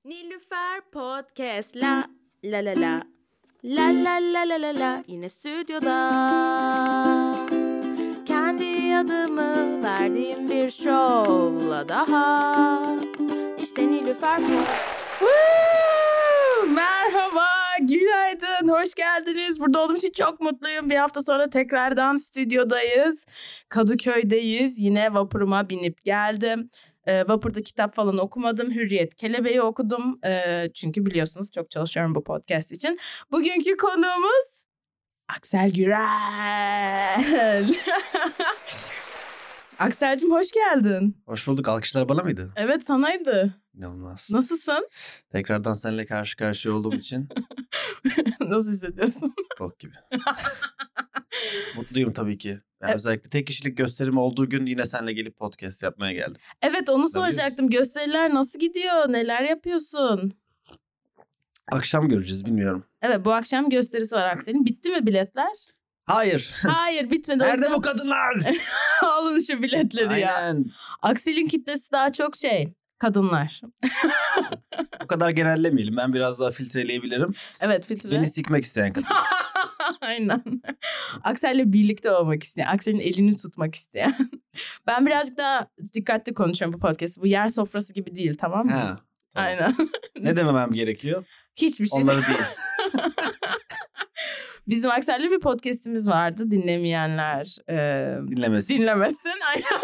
Nilüfer Podcast la la la la la la la la la la yine stüdyoda kendi adımı verdiğim bir şovla daha işte Nilüfer Podcast. Merhaba, günaydın, hoş geldiniz. Burada olduğum için çok mutluyum. Bir hafta sonra tekrardan stüdyodayız. Kadıköy'deyiz. Yine vapuruma binip geldim. Vapurda kitap falan okumadım. Hürriyet Kelebeği okudum. Çünkü biliyorsunuz çok çalışıyorum bu podcast için. Bugünkü konuğumuz Aksel Gürel. Aksel'cim hoş geldin. Hoş bulduk. Alkışlar bana mıydı? Evet, sanaydı. İnanılmaz. Nasılsın? Tekrardan seninle karşı karşıya olduğum için Nasıl hissediyorsun? bok gibi. Mutluyum tabii ki. Yani özellikle tek kişilik gösterim olduğu gün yine seninle gelip podcast yapmaya geldim. Evet, onu soracaktım. Gösteriler nasıl gidiyor? Neler yapıyorsun? Akşam göreceğiz, bilmiyorum. Evet, bu akşam gösterisi var Aksel'in. Bitti mi biletler? Hayır. Hayır, bitmedi. Nerede bu kadınlar? Alın şu biletleri ya. Aynen. Aksel'in kitlesi daha çok kadınlar. O kadar genellemeyelim. Ben biraz daha filtreleyebilirim. Evet, filtre. Beni sikmek isteyen kadın. Aynen. Aksel'le birlikte olmak isteyen, Aksel'in elini tutmak isteyen. Ben birazcık daha dikkatli konuşuyorum bu podcast'ı. Bu yer sofrası gibi değil, tamam mı? Ha, tamam. Aynen. Ne dememem gerekiyor? Hiçbir şey. Onları değil. Bizim Aksel'le bir podcast'imiz vardı. Dinlemeyenler Dinlemesin. dinlemesin. Aynen.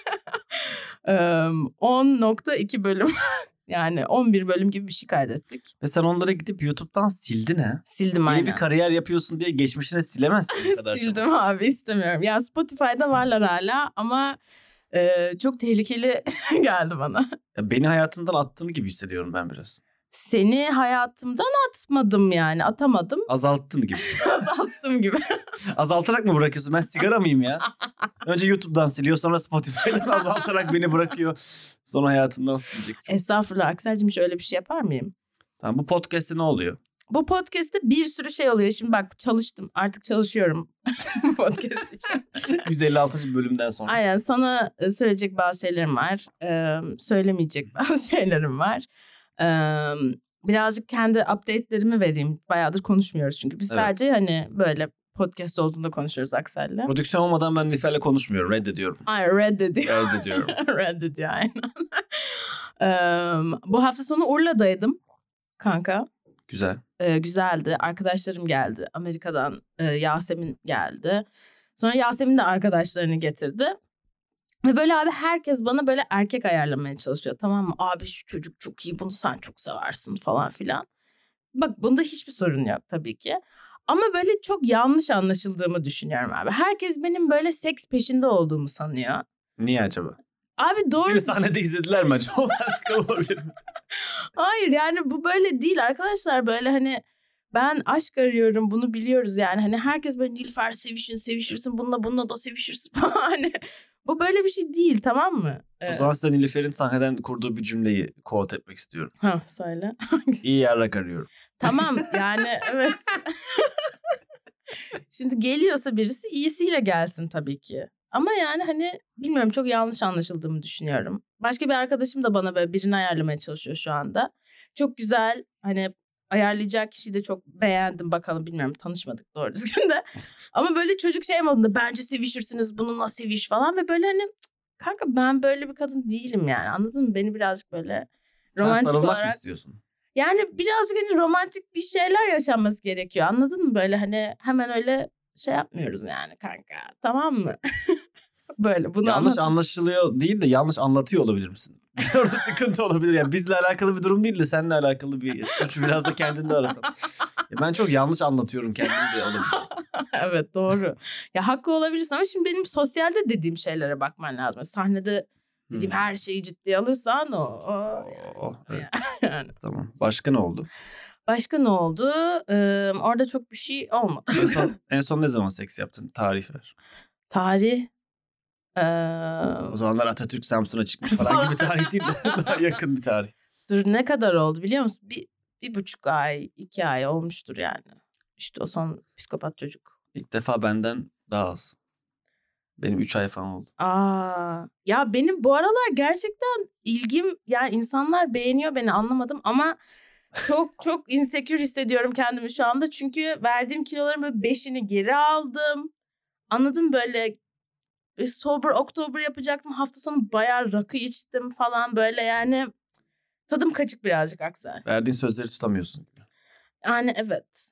10.2 bölüm. Yani 11 bölüm gibi bir şey kaydettik. Ve sen onları gidip YouTube'dan sildin ha. Sildim Yeni aynen. bir kariyer yapıyorsun diye geçmişine silemezsin bu kadar. Sildim abi, istemiyorum. Ya Spotify'da varlar hala ama çok tehlikeli geldi bana. Ya beni hayatından attığını gibi hissediyorum ben biraz. Seni hayatımdan atmadım yani. Atamadım. Azalttın gibi. Azalttım gibi. Azaltarak mı bırakıyorsun? Ben sigara mıyım ya? Önce YouTube'dan siliyor, sonra Spotify'dan azaltarak beni bırakıyor. Sonra hayatından silecek. Estağfurullah Aksel'cim, hiç öyle bir şey yapar mıyım? Tamam, bu podcast'te ne oluyor? Bu podcast'te bir sürü şey oluyor. Şimdi bak, çalıştım. Artık çalışıyorum bu podcast için. 156. bölümden sonra. Aynen, sana söyleyecek bazı şeylerim var. Söylemeyecek bazı şeylerim var. Birazcık kendi update'lerimi vereyim. Bayağıdır konuşmuyoruz çünkü. Biz Evet. sadece hani böyle podcast olduğunda konuşuyoruz Aksel'le. Prodüksiyon olmadan ben Nilüfer'le konuşmuyorum. Reddediyorum. Aynen, reddediyor. Reddediyorum. Reddediyor aynen. Bu hafta sonu Urla'daydım kanka. Güzel. Güzeldi. Arkadaşlarım geldi. Amerika'dan Yasemin geldi. Sonra Yasemin de arkadaşlarını getirdi. Ve böyle abi herkes bana böyle erkek ayarlamaya çalışıyor. Tamam mı? Abi şu çocuk çok iyi, bunu sen çok seversin falan filan. Bak, bunda hiçbir sorun yok tabii ki. Ama böyle çok yanlış anlaşıldığımı düşünüyorum abi. Herkes benim böyle seks peşinde olduğumu sanıyor. Niye acaba? Abi doğru. Seni sahnede izlediler mi acaba? Olabilir mi? Hayır, yani bu böyle değil arkadaşlar. Böyle hani ben aşk arıyorum, bunu biliyoruz yani. Hani herkes böyle Nilüfer sevişirsin bununla da sevişirsin falan. Hani bu böyle bir şey değil, tamam mı? O zaman size Nilüfer'in sahneden kurduğu bir cümleyi quote etmek istiyorum. Ha, söyle. İyi yarrak arıyorum. Tamam yani evet. Şimdi geliyorsa birisi iyisiyle gelsin tabii ki. Ama yani hani bilmiyorum, çok yanlış anlaşıldığımı düşünüyorum. Başka bir arkadaşım da bana böyle birini ayarlamaya çalışıyor şu anda. Çok güzel, hani ayarlayacak kişiyi de çok beğendim, bakalım, bilmiyorum, tanışmadık doğru düzgün de. Ama böyle çocuk modunda, bence sevişirsiniz, bununla seviş falan ve böyle hani kanka ben böyle bir kadın değilim yani, anladın mı? Beni birazcık böyle romantik Sen sarılmak olarak... mı istiyorsun? Yani birazcık hani romantik bir şeyler yaşanması gerekiyor, anladın mı? Böyle hani hemen öyle şey yapmıyoruz yani kanka, tamam mı? Böyle bunu Yanlış anlaşılıyor değil de yanlış anlatıyor olabilir misin? Orada sıkıntı olabilir. Yani bizle alakalı bir durum değil de seninle alakalı bir suç, biraz da kendinde arasan. Ya ben çok yanlış anlatıyorum, kendimi de olabilir. Evet, doğru. Ya haklı olabilirsin ama şimdi benim sosyalde dediğim şeylere bakman lazım. Sahnede dediğim her şeyi ciddiye alırsan Evet. yani. Tamam. Başka ne oldu? Başka ne oldu? Orada çok bir şey olmadı. En son ne zaman seks yaptın? Tarih ver. Tarih. O zamanlar Atatürk Samsun'a çıkmış falan gibi tarih değil de daha yakın bir tarih. Dur, ne kadar oldu biliyor musun? Bir buçuk ay, 2 ay olmuştur yani. İşte o son psikopat çocuk. İlk defa benden daha az. Benim 3 ay falan oldu. Ya benim bu aralar gerçekten ilgim, yani insanlar beğeniyor beni, anlamadım ama çok insecure hissediyorum kendimi şu anda. Çünkü verdiğim kiloların böyle 5'ini geri aldım. Anladım, böyle sober October yapacaktım. Hafta sonu bayağı rakı içtim falan, böyle yani tadım kaçık birazcık Aksel. Verdiğin sözleri tutamıyorsun. Yani evet.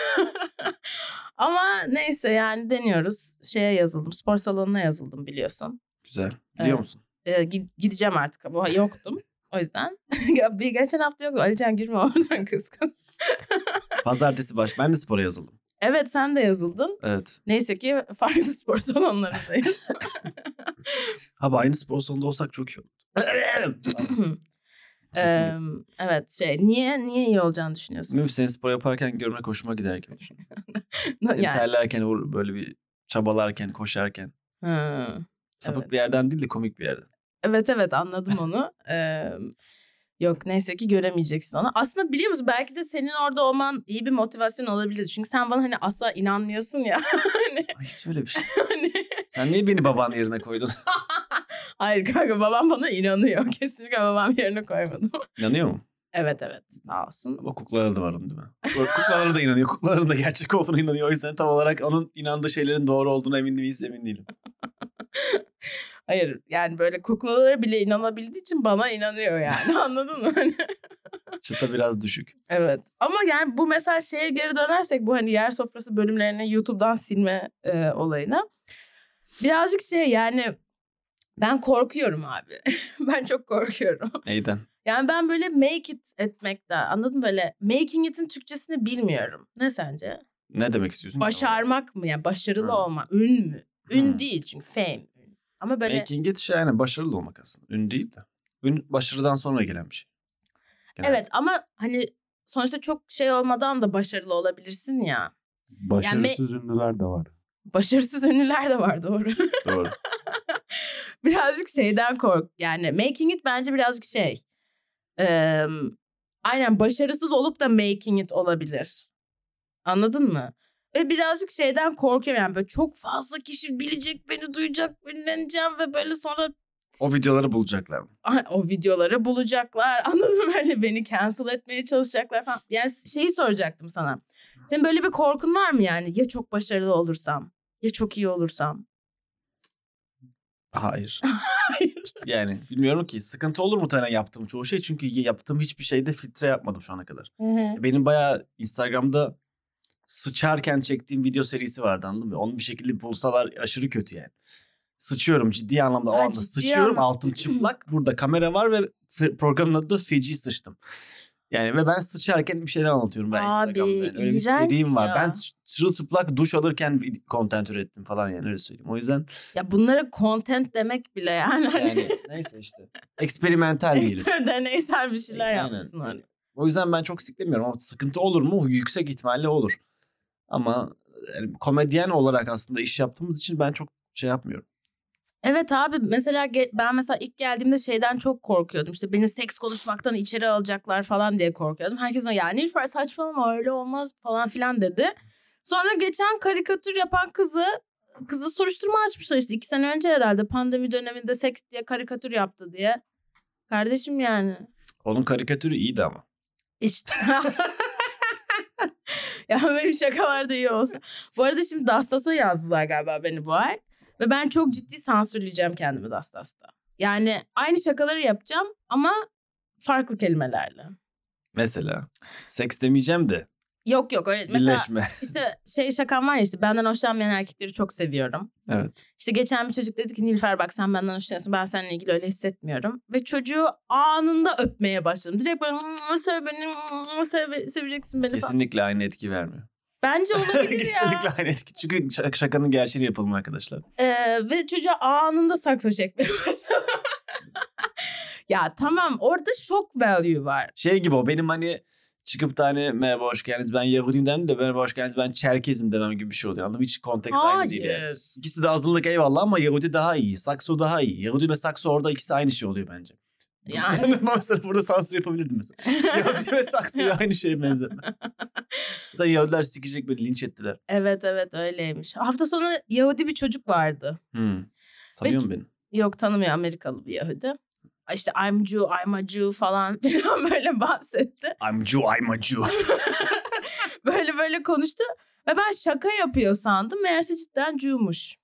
Ama neyse, yani deniyoruz. Şeye yazıldım, spor salonuna yazıldım, biliyorsun. Güzel. Gidiyor musun? Gideceğim artık. Yoktum. O yüzden. Geçen hafta yoktum. Alican gülme oradan, kıskan. Pazartesi ben de spora yazıldım. Evet, sen de yazıldın. Evet. Neyse ki farklı spor salonlarındayız. Abi aynı spor salonunda olsak çok iyi olur. Evet, niye iyi olacağını düşünüyorsun? Bilmiyorum, seni spor yaparken görmek hoşuma gider gibi düşünüyorum. Yani. Terlerken, böyle bir çabalarken, koşarken. Sapık bir yerden değil de komik bir yerden. Evet, anladım onu. Yok, neyse ki göremeyeceksin onu. Aslında biliyor musun, belki de senin orada olman iyi bir motivasyon olabilir. Çünkü sen bana hani asla inanmıyorsun ya. Hiç öyle bir şey. Sen niye beni babanın yerine koydun? Hayır kanka, babam bana inanıyor. Kesinlikle babam yerine koymadım. İnanıyor mu? Evet, sağ olsun. Ama kuklaları da var onun, değil mi? Kuklaları da inanıyor. Kuklaların da gerçek olduğunu inanıyor. O yüzden tam olarak onun inandığı şeylerin doğru olduğuna emin değilim. Hayır, yani böyle kuklalara bile inanabildiği için bana inanıyor yani. Anladın mı? Çıta biraz düşük. Evet, ama yani bu mesela şeye geri dönersek, bu hani yer sofrası bölümlerini YouTube'dan silme olayına. Birazcık yani ben korkuyorum abi. Ben çok korkuyorum. Neyden? Yani ben böyle make it etmekten, anladın mı? Böyle making it'in Türkçesini bilmiyorum. Ne sence? Ne demek istiyorsun? Başarmak mı? Yani başarılı olmak. Ün mü? Ün değil çünkü fame. Ama böyle... Making it yani başarılı olmak aslında. Ün değil de. Ün başarıdan sonra gelen bir şey. Genelde. Evet, ama hani sonuçta çok olmadan da başarılı olabilirsin ya. Başarısız ünlüler de var. Başarısız ünlüler de var, doğru. Doğru. Birazcık şeyden kork. Yani making it bence birazcık aynen başarısız olup da making it olabilir. Anladın mı? Ve birazcık şeyden korkuyorum, yani böyle çok fazla kişi bilecek, beni duyacak, ünleneceğim ve böyle sonra... O videoları bulacaklar mı? O videoları bulacaklar, anladın mı? Hani beni cancel etmeye çalışacaklar falan. Yani soracaktım sana. Senin böyle bir korkun var mı yani? Ya çok başarılı olursam? Ya çok iyi olursam? Hayır. Yani bilmiyorum ki, sıkıntı olur muhtemelen yaptığım çoğu şey. Çünkü yaptığım hiçbir şeyde filtre yapmadım şu ana kadar. Benim bayağı Instagram'da sıçarken çektiğim video serisi vardı, anladın mı? Onu bir şekilde bulsalar aşırı kötü yani. Sıçıyorum ciddi anlamda, o anda sıçıyorum, altım çıplak. Burada kamera var ve programın adı da Feci Sıçtım. Yani ve ben sıçarken bir şeyler anlatıyorum ben Instagram'da. Yani öyle bir serim var. Ben çırılçıplak duş alırken content ürettim falan, yani öyle söyleyeyim. O yüzden... Ya bunlara content demek bile yani. Yani neyse işte. Eksperimental diyelim. Deneysel bir şeyler yapmışsın hani. O yüzden ben çok siklemiyorum ama sıkıntı olur mu? Yüksek ihtimalle olur. Ama yani komedyen olarak aslında iş yaptığımız için ben çok yapmıyorum. Evet abi, mesela ben ilk geldiğimde şeyden çok korkuyordum. İşte beni seks konuşmaktan içeri alacaklar falan diye korkuyordum. Herkes ya Nilüfer saçmalama, öyle olmaz falan filan dedi. Sonra geçen karikatür yapan kızı soruşturma açmışlar işte 2 sene önce herhalde, pandemi döneminde seks diye karikatür yaptı diye. Kardeşim yani. Onun karikatürü iyiydi ama. İşte. Ya benim şakalar da iyi olsa. Bu arada şimdi Dastas'a yazdılar galiba beni bu ay. Ve ben çok ciddi sansürleyeceğim kendimi Dastas'ta. Yani aynı şakaları yapacağım ama farklı kelimelerle. Mesela seks demeyeceğim de. Yok öyle. Mesela birleşme. işte şakam var ya, işte benden hoşlanmayan erkekleri çok seviyorum. Evet. İşte geçen bir çocuk dedi ki Nilüfer bak sen benden hoşlanıyorsun, ben seninle ilgili öyle hissetmiyorum. Ve çocuğu anında öpmeye başladım. Direkt böyle sev beni, seveceksin beni falan. Kesinlikle aynı etki vermiyor. Bence olabilir ya. Kesinlikle aynı etki. Çünkü şakanın gerçeğini yapalım arkadaşlar. Ve çocuğa anında sakso çekmeye başladım. Ya tamam, orada shock value var. Şey gibi o benim hani çıkıp da hani merhaba hoş geldiniz ben Yahudiyim dedim de merhaba hoş geldiniz ben Çerkezim demem gibi bir şey oluyor. Anladın mı? Hiç konteks aynı değil yani. İkisi de azınlık eyvallah ama Yahudi daha iyi. Sakso daha iyi. Yahudi ve sakso orada ikisi aynı şey oluyor bence. Yani. Mesela burada sansür yapabilirdim mesela. Yahudi ve saksoya aynı şeye benzeme. Da Yahudiler sikecek böyle linç ettiler. Evet öyleymiş. Hafta sonu Yahudi bir çocuk vardı. Tanıyor musun beni? Yok, tanımıyor, Amerikalı bir Yahudi. İşte I'm a Jew falan filan böyle bahsetti. I'm a Jew. böyle konuştu. Ve ben şaka yapıyor sandım. Meğerse cidden Jew'muş.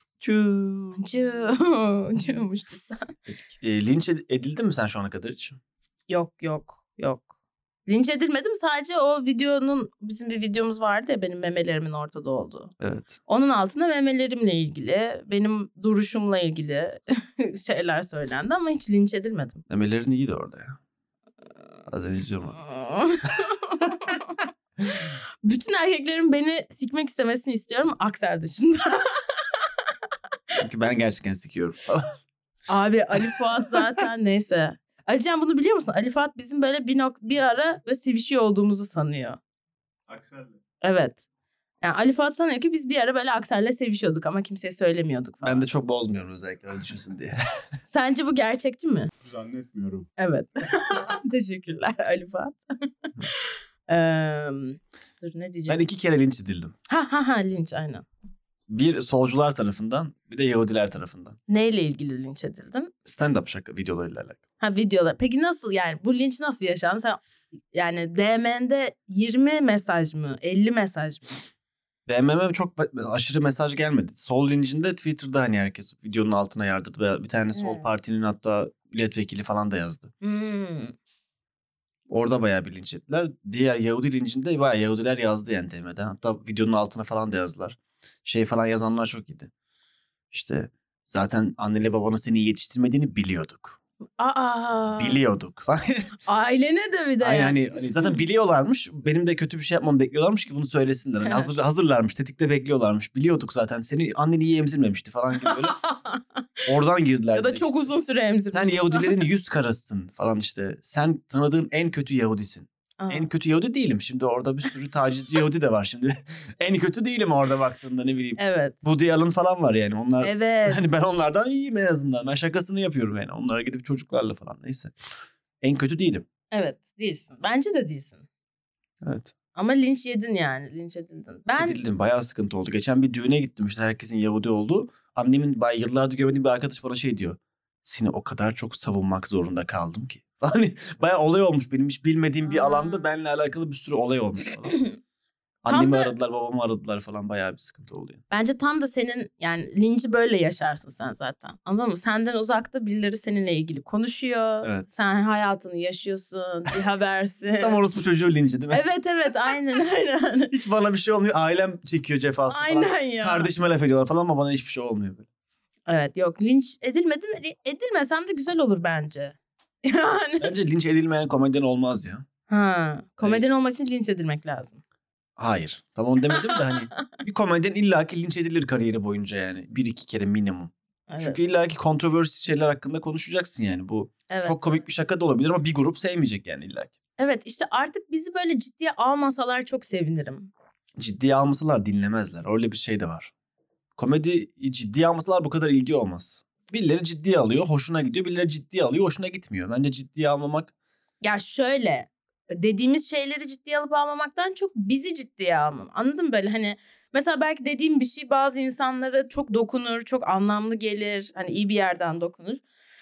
Jew'muş cidden. Linç edildin mi sen şu ana kadar hiç? Yok. Linç edilmedim, sadece o videonun, bizim bir videomuz vardı ya benim memelerimin ortada olduğu. Evet. Onun altında memelerimle ilgili, benim duruşumla ilgili şeyler söylendi ama hiç linç edilmedim. Memelerin iyiydi orada ya. Az önce izliyorum. Bütün erkeklerin beni sikmek istemesini istiyorum Aksel dışında. Çünkü ben gerçekten sikiyorum falan. Abi Ali Fuat zaten neyse. Alican bunu biliyor musun? Ali Fuat bizim böyle bir ara ve sevişiyor olduğumuzu sanıyor. Aksel'le. Evet. Yani Ali Fuat sanıyor ki biz bir ara böyle Aksel'le sevişiyorduk ama kimseye söylemiyorduk falan. Ben de çok bozmuyorum özellikle öyle düşünsün diye. Sence bu gerçekçi mi? Zannetmiyorum. Evet. Teşekkürler Ali Fuat. Dur ne diyeceğim? Ben 2 kere linç edildim. Ha linç aynen. Bir solcular tarafından, bir de Yahudiler tarafından. Neyle ilgili linç edildin? Stand-up şaka videolarıyla alakalı. Ha, videolar. Peki nasıl, yani bu linç nasıl yaşandı? Sen yani DM'de 20 mesaj mı? 50 mesaj mı? DM'me çok aşırı mesaj gelmedi. Sol lincinde Twitter'da hani herkes videonun altına yardırdı. Ve bir tane sol partinin hatta milletvekili falan da yazdı. Orada bayağı bir linç ettiler. Diğer Yahudi lincinde bayağı Yahudiler yazdı yani DM'den. Hatta videonun altına falan da yazdılar. Şey falan yazanlar çok iyiydi. İşte zaten annenle babanın seni yetiştirmediğini biliyorduk. Biliyorduk falan. Ailene de bir de. Aynen hani zaten biliyorlarmış. Benim de kötü bir şey yapmamı bekliyorlarmış ki bunu söylesinler. Hani hazırlarmış. Tetikte bekliyorlarmış. Biliyorduk zaten. Seni annen iyi emzirmemişti falan gibi böyle. Oradan girdiler. Ya da çok uzun süre emzirmiş. Sen Yahudilerin yüz karasısın falan işte. Sen tanıdığın en kötü Yahudisin. En kötü Yahudi değilim. Şimdi orada bir sürü tacizci Yahudi de var şimdi. En kötü değilim orada baktığında, ne bileyim. Evet. Woody Allen falan var yani. Onlar, evet. Hani ben onlardan iyiyim en azından. Ben şakasını yapıyorum yani. Onlara gidip çocuklarla falan, neyse. En kötü değilim. Evet, değilsin. Bence de değilsin. Evet. Ama linç yedin yani. Linç edildin. Edildim. Bayağı sıkıntı oldu. Geçen bir düğüne gittim işte, herkesin Yahudi olduğu. Annemin yıllardır görmediğim bir arkadaş bana şey diyor. Seni o kadar çok savunmak zorunda kaldım ki. Hani bayağı olay olmuş, benim hiç bilmediğim bir alanda benimle alakalı bir sürü olay olmuş falan. Annemi aradılar, babamı aradılar falan, bayağı bir sıkıntı oluyor. Bence tam da senin yani linci böyle yaşarsın sen zaten. Anladın mı? Senden uzakta birileri seninle ilgili konuşuyor. Evet. Sen hayatını yaşıyorsun, bir habersin. Tam orospu çocuğu linci değil mi? Evet aynen. Hiç bana bir şey olmuyor. Ailem çekiyor cefası falan. Aynen ya. Kardeşime laf ediyorlar falan ama bana hiçbir şey olmuyor böyle. Evet, yok, linç edilmedim. Edilmesem de güzel olur bence. Yani. Bence linç edilmeyen komedyen olmaz ya. Komedyen olmak için linç edilmek lazım. Hayır. Tamam demedim de hani bir komedyen illaki linç edilir kariyeri boyunca yani. 1-2 kere minimum. Evet. Çünkü illaki kontroversiyel şeyler hakkında konuşacaksın yani. Bu çok komik bir şaka da olabilir ama bir grup sevmeyecek yani illaki. Evet, işte artık bizi böyle ciddiye almasalar çok sevinirim. Ciddiye almasalar dinlemezler. Öyle bir şey de var. Komedi ciddiye almasalar bu kadar ilgi olmaz. Birileri ciddiye alıyor, hoşuna gidiyor. Birileri ciddiye alıyor, hoşuna gitmiyor. Bence ciddiye almamak... Ya şöyle, dediğimiz şeyleri ciddiye alıp almamaktan çok bizi ciddiye almam. Anladın mı böyle hani... Mesela belki dediğim bir şey bazı insanlara çok dokunur, çok anlamlı gelir. Hani iyi bir yerden dokunur.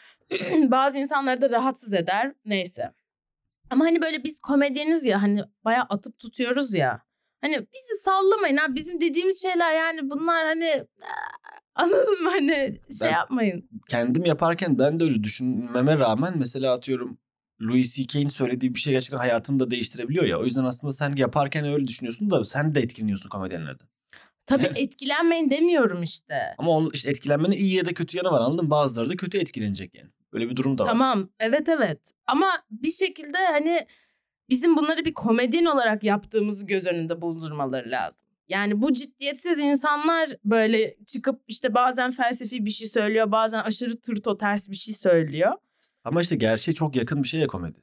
Bazı insanları da rahatsız eder. Neyse. Ama hani böyle biz komedyeniz ya, hani bayağı atıp tutuyoruz ya. Hani bizi sallamayın ha, bizim dediğimiz şeyler yani bunlar hani... Anladın mı, hani şey yapmayın. Kendim yaparken ben de öyle düşünmeme rağmen mesela atıyorum Louis C.K.'in söylediği bir şey gerçekten hayatını da değiştirebiliyor ya. O yüzden aslında sen yaparken öyle düşünüyorsun da sen de etkileniyorsun komedyenlerden. Tabii etkilenmeyin demiyorum işte. Ama onun işte etkilenmenin iyi ya da kötü yanı var, anladın mı? Bazıları da kötü etkilenecek yani. Böyle bir durum da var. Tamam, evet. Ama bir şekilde hani bizim bunları bir komedyen olarak yaptığımızı göz önünde bulundurmaları lazım. Yani bu ciddiyetsiz insanlar böyle çıkıp işte bazen felsefi bir şey söylüyor, bazen aşırı tırto ters bir şey söylüyor. Ama işte gerçeğe çok yakın bir şey ya komedi.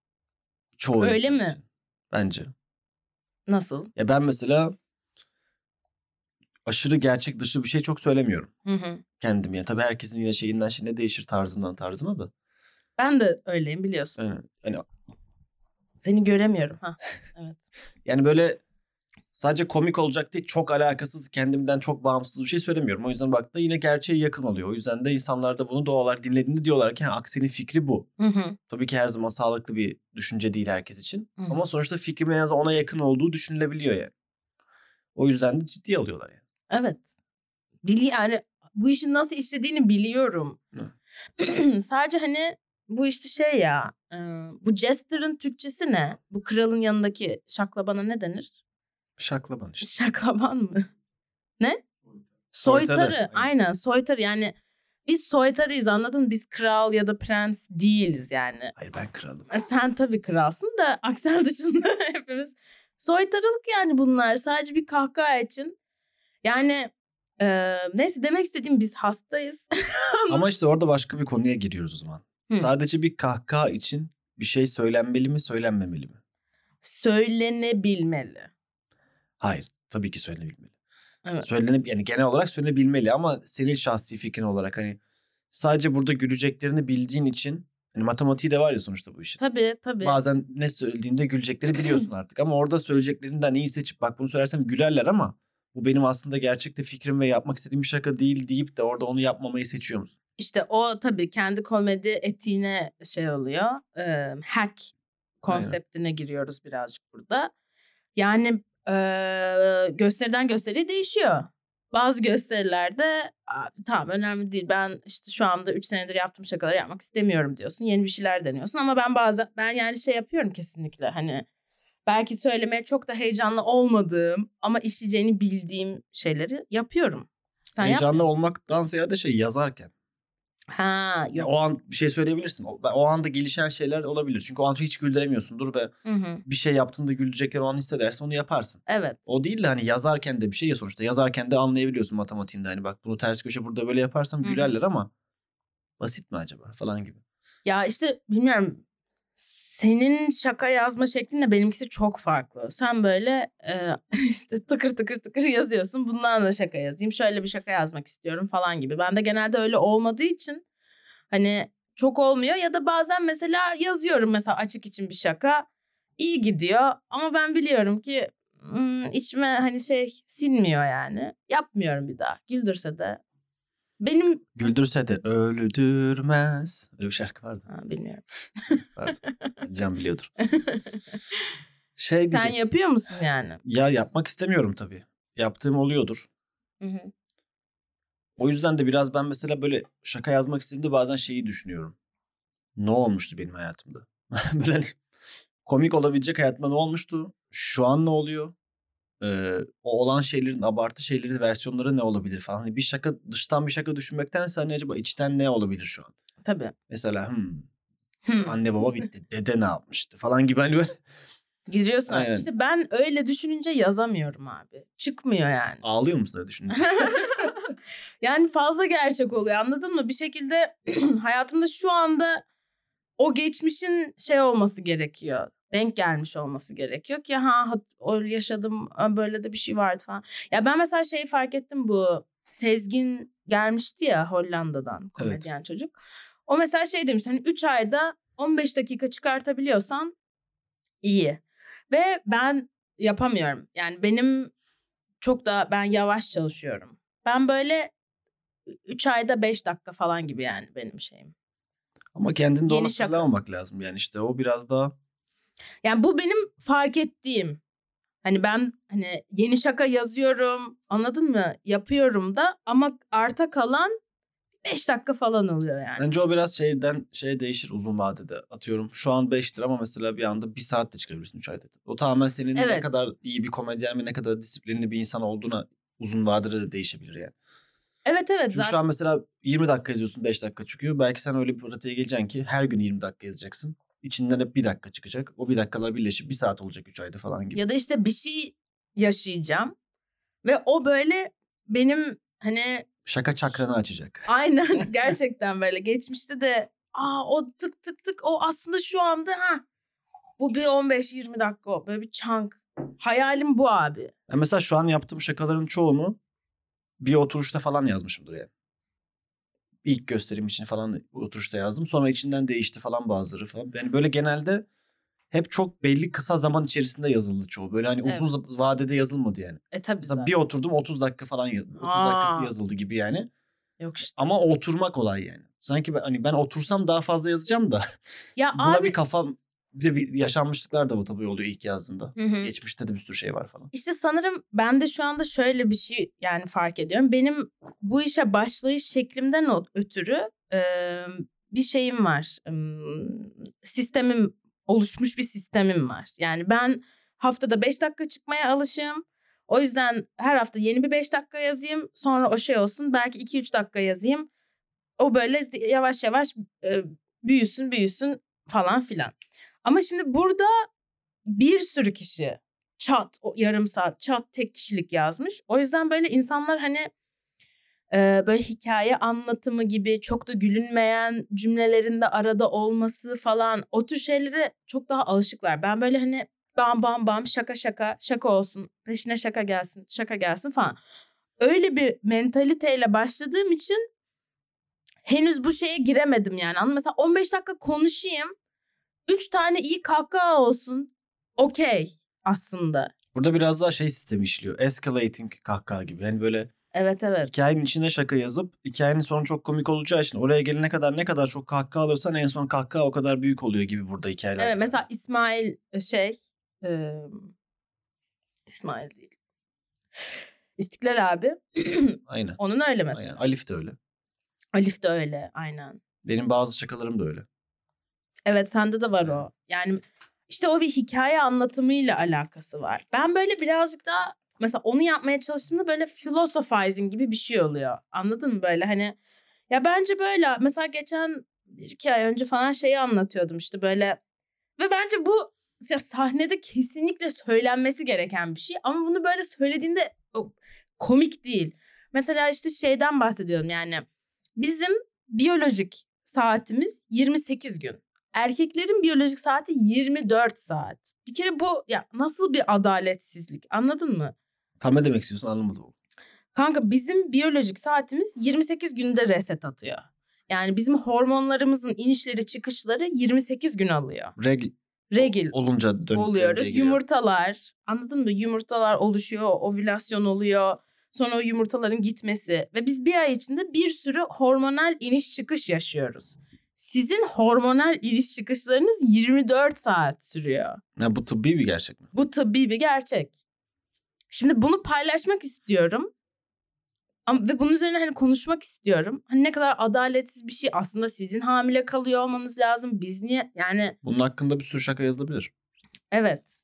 Çoğu öyle mi? Için. Bence. Nasıl? Ya ben mesela aşırı gerçek dışı bir şey çok söylemiyorum. Kendim yani. Tabii herkesin yine şeyinden şeyine değişir, tarzından tarzına da. Ben de öyleyim biliyorsun. Yani seni göremiyorum ha. Evet. Yani böyle sadece komik olacak diye çok alakasız, kendimden çok bağımsız bir şey söylemiyorum. O yüzden baktığında yine gerçeğe yakın oluyor. O yüzden de insanlar da bunu doğal olarak dinlediğinde diyorlar ki Aksel'in fikri bu. Tabii ki her zaman sağlıklı bir düşünce değil herkes için. Ama sonuçta fikrim en az ona yakın olduğu düşünülebiliyor yani. O yüzden de ciddiye alıyorlar yani. Evet. Yani bu işin nasıl işlediğini biliyorum. Sadece hani bu işte şey ya, bu jester'ın Türkçesi ne? Bu kralın yanındaki şaklabana ne denir? Şaklaban işte. Şaklaban mı? Ne? Soytarı. Soytarı. Aynen soytarı yani. Biz soytarıyız, anladın mı? Biz kral ya da prens değiliz yani. Hayır, ben kralım. Sen tabii kralsın da Aksel dışında hepimiz soytarılık yani bunlar. Sadece bir kahkaha için. Yani neyse, demek istediğim biz hastayız. Ama işte orada başka bir konuya giriyoruz o zaman. Sadece bir kahkaha için bir şey söylenmeli mi, söylenmemeli mi? Söylenebilmeli. Hayır, tabii ki söylenebilmeli. Evet. Yani genel olarak söylenebilmeli ama senin şahsi fikrin olarak hani sadece burada güleceklerini bildiğin için, hani matematiği de var ya sonuçta bu işin. Tabii. Bazen ne söylediğinde gülecekleri biliyorsun artık ama orada söyleyeceklerinden iyi seçip bak bunu söylersem gülerler ama bu benim aslında gerçekte fikrim ve yapmak istediğim bir şaka değil deyip de orada onu yapmamayı seçiyor musun? İşte o tabii kendi komedi etiğine şey oluyor. Hack konseptine giriyoruz birazcık burada. Yani gösteriden gösteriye değişiyor. Bazı gösterilerde tamam önemli değil, ben işte şu anda 3 senedir yaptığım şakaları yapmak istemiyorum diyorsun. Yeni bir şeyler deniyorsun ama ben yani şey yapıyorum kesinlikle, hani belki söylemeye çok da heyecanlı olmadığım ama işleyeceğini bildiğim şeyleri yapıyorum. Sen heyecanlı olmaktan ziyade yazarken. Ha, yok. O an bir şey söyleyebilirsin. O anda gelişen şeyler olabilir. Çünkü o an hiç güldüremiyorsundur ve bir şey yaptığında gülecekleri o an hissedersen onu yaparsın. Evet. O değil de hani yazarken de bir şey ya sonuçta. Yazarken de anlayabiliyorsun matematiğinde. Hani bak bunu ters köşe burada böyle yaparsam gülerler ama basit mi acaba falan gibi. Ya işte bilmiyorum. Senin şaka yazma şeklinle benimkisi çok farklı. Sen böyle işte tıkır tıkır yazıyorsun. Bundan da şaka yazayım. Şöyle bir şaka yazmak istiyorum falan gibi. Ben de genelde öyle olmadığı için hani çok olmuyor. Ya da bazen mesela yazıyorum mesela açık için bir şaka. İyi gidiyor ama ben biliyorum ki içime hani sinmiyor yani. Yapmıyorum bir daha. Güldürse de. Benim... Güldürse de öldürmez. Öyle bir şarkı vardı. Bilmiyorum. Can biliyordur. Sen yapıyor musun yani? Ya yapmak istemiyorum tabii. Yaptığım oluyordur. O yüzden de biraz ben mesela böyle şaka yazmak istediğimde bazen şeyi düşünüyorum. Ne olmuştu benim hayatımda? Böyle komik olabilecek hayatımda ne olmuştu? Şu an ne oluyor? O olan şeylerin, abartı şeylerin versiyonları ne olabilir falan. Hani bir şaka, dıştan bir şaka düşünmektense hani acaba içten ne olabilir şu an? Tabii. Mesela anne baba bitti, dede ne yapmıştı falan gibi hani böyle. Giriyorsun. Aynen. İşte ben öyle düşününce yazamıyorum abi. Çıkmıyor yani. Ağlıyor musun öyle düşününce? Yani fazla gerçek oluyor, anladın mı? Bir şekilde hayatımda şu anda o geçmişin olması gerekiyor. Denk gelmiş olması gerekiyor ki o yaşadım, böyle de bir şey vardı falan. Ya ben mesela fark ettim, bu Sezgin gelmişti ya Hollanda'dan, komedyen çocuk. O mesela demiş, hani 3 ayda 15 dakika çıkartabiliyorsan iyi. Ve ben yapamıyorum. Yani ben yavaş çalışıyorum. Ben böyle 3 ayda 5 dakika falan gibi yani benim şeyim. Ama kendinde onu sırlamamak lazım yani işte o biraz daha. Yani bu benim fark ettiğim. Hani ben yeni şaka yazıyorum, anladın mı? Yapıyorum da ama arta kalan 5 dakika falan oluyor yani. Bence o biraz değişir uzun vadede. Atıyorum şu an 5'tir ama mesela bir anda 1 saatte çıkabilirsin 3 ayda. O tamamen senin ne kadar iyi bir komedyen ve ne kadar disiplinli bir insan olduğuna uzun vadede de değişebilir yani. Evet. Çünkü zaten şu an mesela 20 dakika yazıyorsun, 5 dakika çıkıyor. Belki sen öyle bir pratiğe geleceksin ki her gün 20 dakika yazacaksın. İçinden hep 1 dakika çıkacak. O 1 dakikalar birleşip 1 saat olacak 3 ayda falan gibi. Ya da işte bir şey yaşayacağım ve o böyle benim şaka çakranı açacak. Aynen, gerçekten böyle geçmişte de o tık tık tık o aslında şu anda bu bir 15-20 dakika böyle bir chunk. Hayalim bu abi. Ya mesela şu an yaptığım şakaların çoğunu bir oturuşta falan yazmışımdır yani. İlk gösterim için falan oturuşta yazdım. Sonra içinden değişti falan bazıları falan. Yani böyle genelde hep çok belli kısa zaman içerisinde yazıldı çoğu. Böyle hani uzun vadede yazılmadı yani. Tabii mesela zaten. bir oturdum 30 dakika falan 30 dakikası yazıldı gibi yani. Yok işte. Ama oturma kolay yani. Sanki ben otursam daha fazla yazacağım da. Ya buna abi, bir kafam bir de bir yaşanmışlıklar da tabii oluyor ilk yazdığında. Hı. Geçmişte de bir sürü şey var falan. İşte sanırım ben de şu anda şöyle bir şey yani fark ediyorum. Benim bu işe başlayış şeklimden ötürü bir şeyim var. Sistemim, oluşmuş bir sistemim var. Yani ben haftada 5 dakika çıkmaya alışığım. O yüzden her hafta yeni bir 5 dakika yazayım. Sonra o şey olsun. Belki 2-3 dakika yazayım. O böyle yavaş yavaş büyüsün falan filan. Ama şimdi burada bir sürü kişi çat yarım saat çat tek kişilik yazmış. O yüzden böyle insanlar hani böyle hikaye anlatımı gibi çok da gülünmeyen cümlelerinde arada olması falan o tür şeylere çok daha alışıklar. Ben böyle hani bam bam bam şaka olsun peşine şaka gelsin falan. Öyle bir mentaliteyle başladığım için henüz bu şeye giremedim yani. Mesela 15 dakika konuşayım 3 tane iyi kahkaha olsun okey aslında. Burada biraz daha şey sistemi işliyor. Escalating kahkaha gibi. Yani böyle Evet. hikayenin içine şaka yazıp hikayenin sonu çok komik olacağı için oraya gelene kadar ne kadar çok kahkaha alırsan en son kahkaha o kadar büyük oluyor gibi burada hikayeler. Evet mesela İsmail İsmail değil. İstiklal abi. Aynen. Onun öyle mesela. Aynen. Alif de öyle. Alif de öyle aynen. Benim bazı şakalarım da öyle. Evet sende de var o. Yani işte o bir hikaye anlatımıyla alakası var. Ben böyle birazcık daha mesela onu yapmaya çalıştığımda böyle philosophizing gibi bir şey oluyor. Anladın mı böyle hani ya bence böyle mesela geçen 2 ay önce falan şeyi anlatıyordum işte böyle ve bence bu ya sahnede kesinlikle söylenmesi gereken bir şey ama bunu böyle söylediğinde komik değil. Mesela işte şeyden bahsediyorum yani bizim biyolojik saatimiz 28 gün. Erkeklerin biyolojik saati 24 saat. Bir kere bu ya nasıl bir adaletsizlik anladın mı? Tam ne demek istiyorsun anlamadım. Kanka bizim biyolojik saatimiz 28 günde reset atıyor. Yani bizim hormonlarımızın inişleri çıkışları 28 gün alıyor. Regl olunca oluyoruz. Yumurtalar anladın mı? Yumurtalar oluşuyor, ovülasyon oluyor. Sonra o yumurtaların gitmesi ve biz bir ay içinde bir sürü hormonal iniş çıkış yaşıyoruz. Sizin hormonal iniş çıkışlarınız 24 saat sürüyor. Ya bu tıbbi bir gerçek mi? Bu tıbbi bir gerçek. Şimdi bunu paylaşmak istiyorum. Ve bunun üzerine hani konuşmak istiyorum. Hani ne kadar adaletsiz bir şey aslında sizin hamile kalıyor olmanız lazım. Biz niye yani... Bunun hakkında bir sürü şaka yazılabilir. Evet.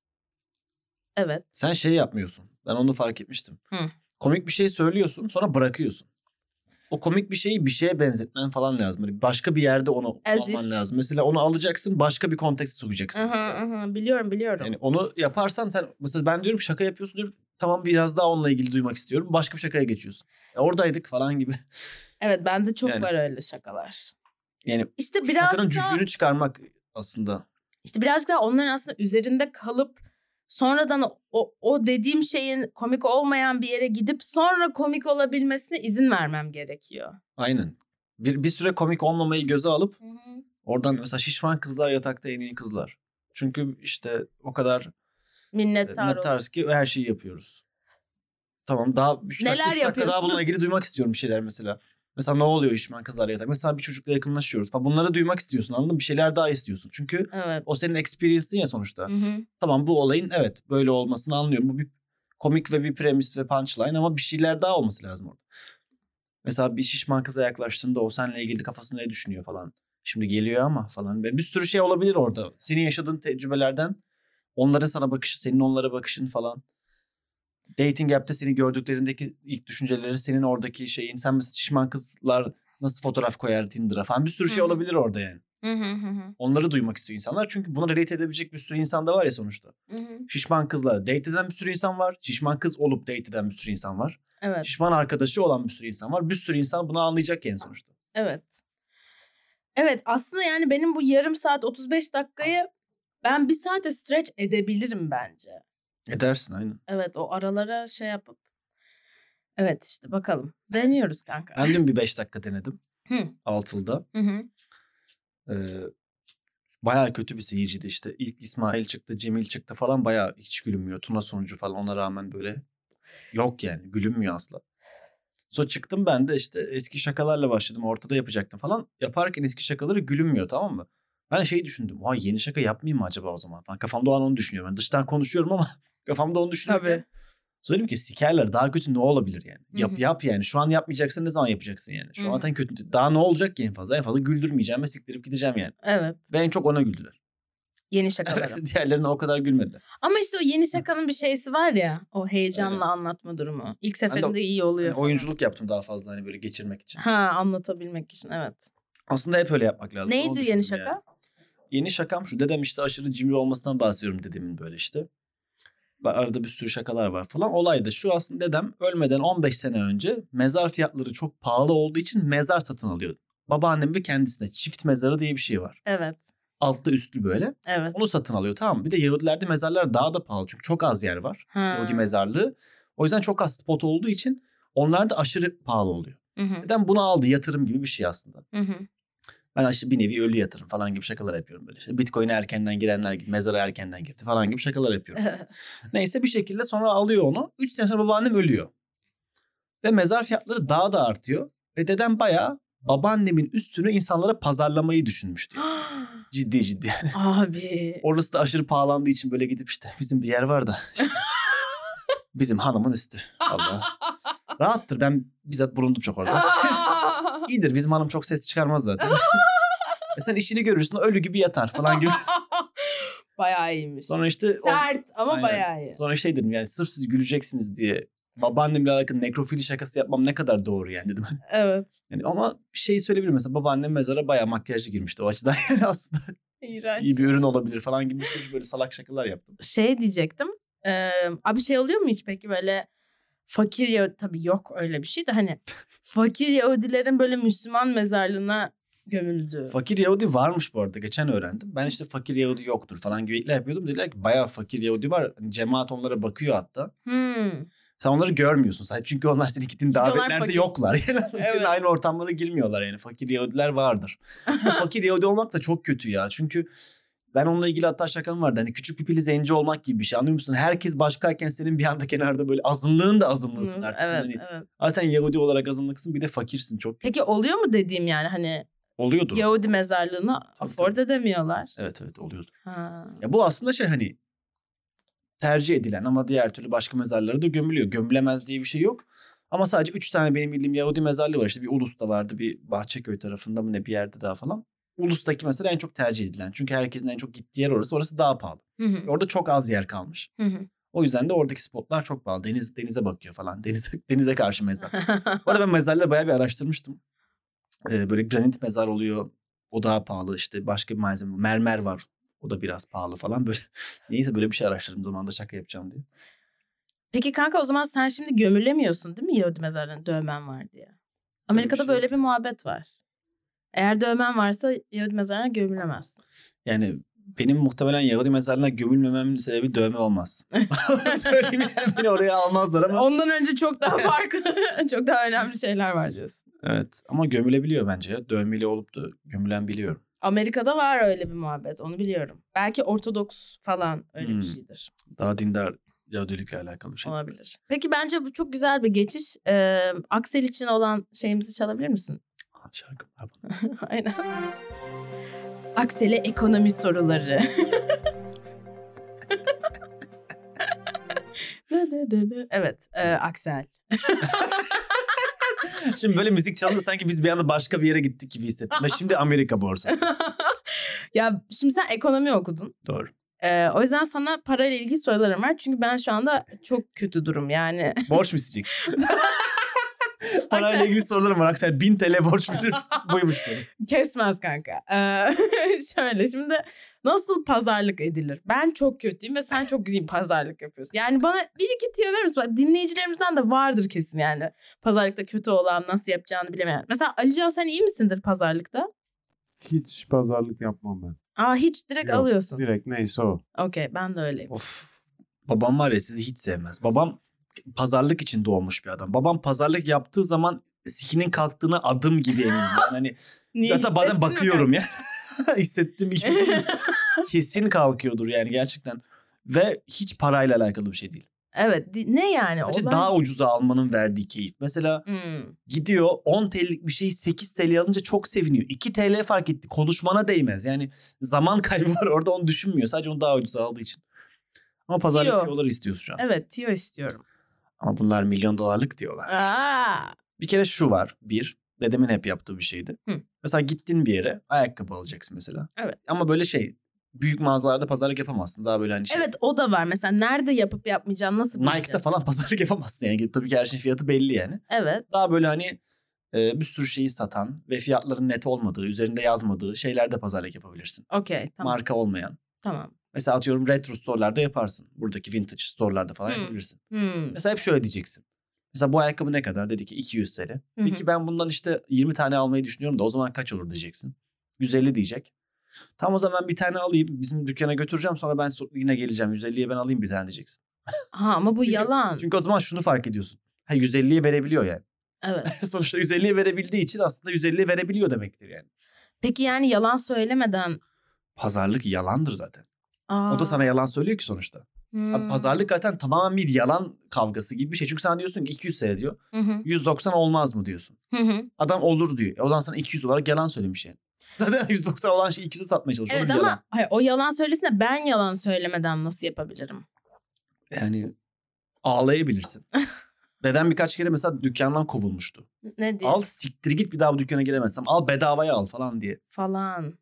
Sen şey yapmıyorsun. Ben onu fark etmiştim. Komik bir şey söylüyorsun sonra bırakıyorsun. O komik bir şeyi bir şeye benzetmen falan lazım. Böyle başka bir yerde onu alman lazım. Mesela onu alacaksın başka bir kontekste sokacaksın. Biliyorum. Yani onu yaparsan sen mesela ben diyorum şaka yapıyorsun diyorum. Tamam biraz daha onunla ilgili duymak istiyorum. Başka bir şakaya geçiyorsun. Oradaydık falan gibi. Evet bende çok var öyle şakalar. Yani işte şakanın cücüğünü çıkarmak aslında. İşte birazcık daha onların aslında üzerinde kalıp sonradan o dediğim şeyin komik olmayan bir yere gidip sonra komik olabilmesine izin vermem gerekiyor. Aynen. Bir süre komik olmamayı göze alıp oradan mesela şişman kızlar yatakta en iyi kızlar. Çünkü işte o kadar minnettarız ki her şeyi yapıyoruz. Tamam daha 3 dakika daha bununla ilgili duymak istiyorum bir şeyler mesela. Mesela ne oluyor şişman kızlar yatak? Mesela bir çocukla yakınlaşıyoruz falan. Bunları duymak istiyorsun anladın mı? Bir şeyler daha istiyorsun. Çünkü o senin experience'in ya sonuçta. Tamam bu olayın evet böyle olmasını anlıyorum. Bu bir komik ve bir premis ve punchline ama bir şeyler daha olması lazım orada. Mesela bir şişman kıza yaklaştığında o seninle ilgili kafasında ne düşünüyor falan. Şimdi geliyor ama falan. Bir sürü şey olabilir orada. Senin yaşadığın tecrübelerden onların sana bakışı, senin onlara bakışın falan. Dating app'te seni gördüklerindeki ilk düşünceleri senin oradaki şeyin. Sen mesela şişman kızlar nasıl fotoğraf koyar Tinder'a falan. Bir sürü şey olabilir orada yani. Onları duymak istiyor insanlar. Çünkü buna relate edebilecek bir sürü insan da var ya sonuçta. Şişman kızla date eden bir sürü insan var. Şişman kız olup date eden bir sürü insan var. Evet. Şişman arkadaşı olan bir sürü insan var. Bir sürü insan bunu anlayacak yani sonuçta. Evet aslında yani benim bu yarım saat 35 dakikayı ben bir saate stretch edebilirim bence. Edersin aynen. Evet o aralara şey yapıp. Evet işte bakalım. Deniyoruz kanka. Ben dün bir 5 dakika denedim. Altıl'da. Bayağı kötü bir seyirciydi işte. İlk İsmail çıktı, Cemil çıktı falan, bayağı hiç gülünmüyor. Tuna sonucu falan, ona rağmen böyle yok yani, gülünmüyor asla. Sonra çıktım ben de işte eski şakalarla başladım. Ortada yapacaktım falan. Yaparken eski şakaları gülünmüyor, tamam mı? Ben şeyi düşündüm. Vay, yeni şaka yapmayayım mı acaba o zaman falan. Kafamda o an onu düşünüyorum. Ben dıştan konuşuyorum ama kafamda onu düşünüyorum. Tabii. Sonra dedim ki sikerler, daha kötü ne olabilir yani? Hı hı. Yap yani. Şu an yapmayacaksan ne zaman yapacaksın yani? Şu Hı an hı. zaten kötü. Daha ne olacak ki en fazla? En fazla güldürmeyeceğim ve siktirip gideceğim yani. Evet. Ve en çok ona güldüler. Yeni şakalara. Diğerlerine o kadar gülmediler. Ama işte o yeni şakanın bir şeysi var ya. O heyecanla Evet. anlatma durumu. İlk Ben seferinde de iyi oluyor hani falan. oyunculuk yaptım daha fazla, hani böyle geçirmek için. Ha, anlatabilmek için, evet. Aslında hep öyle yapmak lazım. Onu Neydi düşündüm yeni şaka? yani. Yeni şakam şu. Dedem işte aşırı cimri olmasından bahsediyorum dedemin böyle işte. Arada bir sürü şakalar var falan. Olay da şu, aslında dedem ölmeden 15 sene önce mezar fiyatları çok pahalı olduğu için mezar satın alıyordu. Babaannem ve kendisine çift mezarı diye bir şey var. Evet. Altta üstlü böyle. Evet. Onu satın alıyor, tamam mı? Bir de Yahudilerde mezarlar daha da pahalı. Çünkü çok az yer var. Ha. Yahudi mezarlığı. O yüzden çok az spot olduğu için onlar da aşırı pahalı oluyor. Hı hı. Dedem bunu aldı, yatırım gibi bir şey aslında. Hı hı. Ben işte bir nevi ölü yatırım falan gibi şakalar yapıyorum böyle. İşte Bitcoin'e erkenden girenler gibi, mezara erkenden girdi falan gibi şakalar yapıyorum. Neyse bir şekilde sonra alıyor onu. 3 sene sonra babaannem ölüyor. Ve mezar fiyatları daha da artıyor. Ve dedem bayağı babaannemin üstünü insanlara pazarlamayı düşünmüştü. Ciddi. Abi. Orası da aşırı pahalandığı için böyle gidip işte bizim bir yer var da. Bizim hanımın üstü. Allah. Rahattır, ben bizzat bulundum çok orada. İyidir, bizim hanım çok ses çıkarmaz zaten. Sen işini görürsün, ölü gibi yatar falan gibi. Bayağı iyiymiş. Sonra işte Sert ama Aynen. bayağı iyi. Sonra şey dedim, yani sırf siz güleceksiniz diye babaannemle alakalı nekrofili şakası yapmam ne kadar doğru yani dedim. Evet. Yani ama şey söyleyebilirim, mesela babaannem mezara bayağı makyajlı girmişti o açıdan, yani aslında İğrenç. iyi bir ürün olabilir falan gibi bir sürü böyle salak şakalar yaptım. Şey diyecektim. Abi şey oluyor mu hiç peki böyle fakir Yahudi, tabii yok öyle bir şey de hani fakir Yahudilerin böyle Müslüman mezarlığına gömüldüğü. Fakir Yahudi varmış bu arada, geçen öğrendim. Ben işte fakir Yahudi yoktur falan gibi ikna yapıyordum. Dediler ki bayağı fakir Yahudi var. Hani cemaat onlara bakıyor hatta. Sen onları görmüyorsun sadece, çünkü onlar senin gittiğin Çünkü onlar davetlerde fakir. yoklar. Yani Evet. senin aynı ortamlara girmiyorlar yani. Fakir Yahudiler vardır. Ama fakir Yahudi olmak da çok kötü ya. Çünkü ben onunla ilgili hatta şakam vardı. Hani küçük pipili zenci olmak gibi bir şey, anlıyor musun? Herkes başkayken senin bir anda kenarda böyle azınlığın da azınlığısın artık. Evet, Hani evet. zaten Yahudi olarak azınlıksın, bir de fakirsin, çok kötü. Peki oluyor mu dediğim yani hani Oluyordur. Yahudi mezarlığını Tabii, afford tabii. edemiyorlar. Evet oluyordur. Ha. Ya bu aslında şey, hani tercih edilen ama diğer türlü başka mezarlara da gömülüyor. Gömülemez diye bir şey yok. Ama sadece 3 tane benim bildiğim Yahudi mezarlığı var. İşte bir Ulus'ta vardı, bir Bahçeköy tarafında mı ne, bir yerde daha falan. Ulus'taki mesela en çok tercih edilen. Çünkü herkesin en çok gittiği yer orası. Orası daha pahalı. Hı hı. Orada çok az yer kalmış. Hı hı. O yüzden de oradaki spotlar çok pahalı. Denize bakıyor falan. Denize karşı mezar. Bu arada ben mezarları bayağı bir araştırmıştım. Böyle granit mezar oluyor. O daha pahalı. İşte başka bir malzeme. Mermer var. O da biraz pahalı falan böyle. Neyse böyle bir şey araştırdım zamanında, şaka yapacağım diye. Peki kanka, o zaman sen şimdi gömülemiyorsun değil mi Yahudi mezarlarında dövmen var diye? Amerika'da şey böyle yok. bir muhabbet var. Eğer dövmen varsa Yahudi mezarına gömülemezsin. Yani benim muhtemelen Yahudi mezarlığına gömülmememin sebebi dövme olmaz. Söyleyeyim yani, beni oraya almazlar ama. Ondan önce çok daha farklı, çok daha önemli şeyler var diyorsun. Evet ama gömülebiliyor bence ya. Dövmeli olup da gömülen biliyorum. Amerika'da var öyle bir muhabbet, onu biliyorum. Belki Ortodoks falan öyle bir şeydir. Daha dindar Yahudilikle alakalı bir şey. Olabilir. Peki bence bu çok güzel bir geçiş. Aksel için olan şeyimizi çalabilir misin? Şarkı var bana. Aynen. Aksel'e ekonomi soruları. Evet, Aksel. Şimdi böyle müzik çalındı, sanki biz bir anda başka bir yere gittik gibi hissettim. Ve şimdi Amerika borsası. Ya şimdi sen ekonomi okudun. Doğru. O yüzden sana parayla ilgili sorularım var. Çünkü ben şu anda çok kötü durum yani. Borç mu isteyeceksin? Parayla ilgili sorularım var. Aksel 1000 TL borç verir misin? Buymuş soru. Kesmez kanka. Şöyle şimdi nasıl pazarlık edilir? Ben çok kötüyüm ve sen çok güzel pazarlık yapıyorsun. Yani bana bir iki tüyo verir misin? Bak, dinleyicilerimizden de vardır kesin yani. Pazarlıkta kötü olan, nasıl yapacağını bilemeyen. Mesela Alican, sen iyi misindir pazarlıkta? Hiç pazarlık yapmam ben. Hiç direkt Yok, alıyorsun. Direkt neyse o. Okey, ben de öyleyim. Of. Babam var ya, sizi hiç sevmez. Babam pazarlık için doğmuş bir adam. Babam pazarlık yaptığı zaman sikinin kalktığına adım gibi eminim. Yani hani Niye hatta bazen hissettin mi bakıyorum ya. Hissettiğim bir şey değil. Kesin kalkıyordur yani gerçekten. Ve hiç parayla alakalı bir şey değil. Evet. Ne yani? Sadece daha ucuza almanın verdiği keyif. Mesela gidiyor 10 TL'lik bir şeyi 8 TL alınca çok seviniyor. 2 TL fark etti. Konuşmana değmez. Yani zaman kaybı var orada, onu düşünmüyor. Sadece onu daha ucuza aldığı için. Ama pazarlık tiyoları istiyorsun şu an. Evet, tiyo istiyorum. Ama bunlar milyon dolarlık diyorlar. Bir kere şu var. Dedemin hep yaptığı bir şeydi. Mesela gittin bir yere ayakkabı alacaksın mesela. Evet. Ama böyle büyük mağazalarda pazarlık yapamazsın. Daha böyle hani Evet, o da var. Mesela nerede yapıp yapmayacağını nasıl bileceksin? Nike'da falan pazarlık yapamazsın yani. Tabii ki her şeyin fiyatı belli yani. Evet. Daha böyle hani bir sürü şeyi satan ve fiyatların net olmadığı, üzerinde yazmadığı şeylerde pazarlık yapabilirsin. Okey, tamam. Marka olmayan. Tamam. Mesela atıyorum retro store'larda yaparsın. Buradaki vintage store'larda falan yapabilirsin. Mesela hep şöyle diyeceksin. Mesela bu ayakkabı ne kadar? Dedi ki 200 TL. Peki ben bundan işte 20 tane almayı düşünüyorum da o zaman kaç olur diyeceksin. 150 diyecek. Tam o zaman bir tane alayım, bizim dükkana götüreceğim, sonra ben yine geleceğim. 150'ye ben alayım bir tane diyeceksin. Ha, ama bu yalan. Çünkü o zaman şunu fark ediyorsun. 150'ye verebiliyor yani. Evet. Sonuçta 150'ye verebildiği için aslında 150'ye verebiliyor demektir yani. Peki yani yalan söylemeden... Pazarlık yalandır zaten. O da sana yalan söylüyor ki sonuçta. Abi pazarlık zaten tamamen bir yalan kavgası gibi bir şey. Çünkü sen diyorsun ki 200 TL diyor. 190 olmaz mı diyorsun. Adam olur diyor. O zaman sana 200 olarak yalan söylemiş yani. Zaten 190 olan şeyi 200'e satmaya çalışıyor. Evet ama o yalan söylesin de ben yalan söylemeden nasıl yapabilirim? Yani ağlayabilirsin. Dedem birkaç kere mesela dükkandan kovulmuştu. Ne diye? Al siktir git, bir daha bu dükkana giremezsem. Al bedavaya al falan diye. Falan.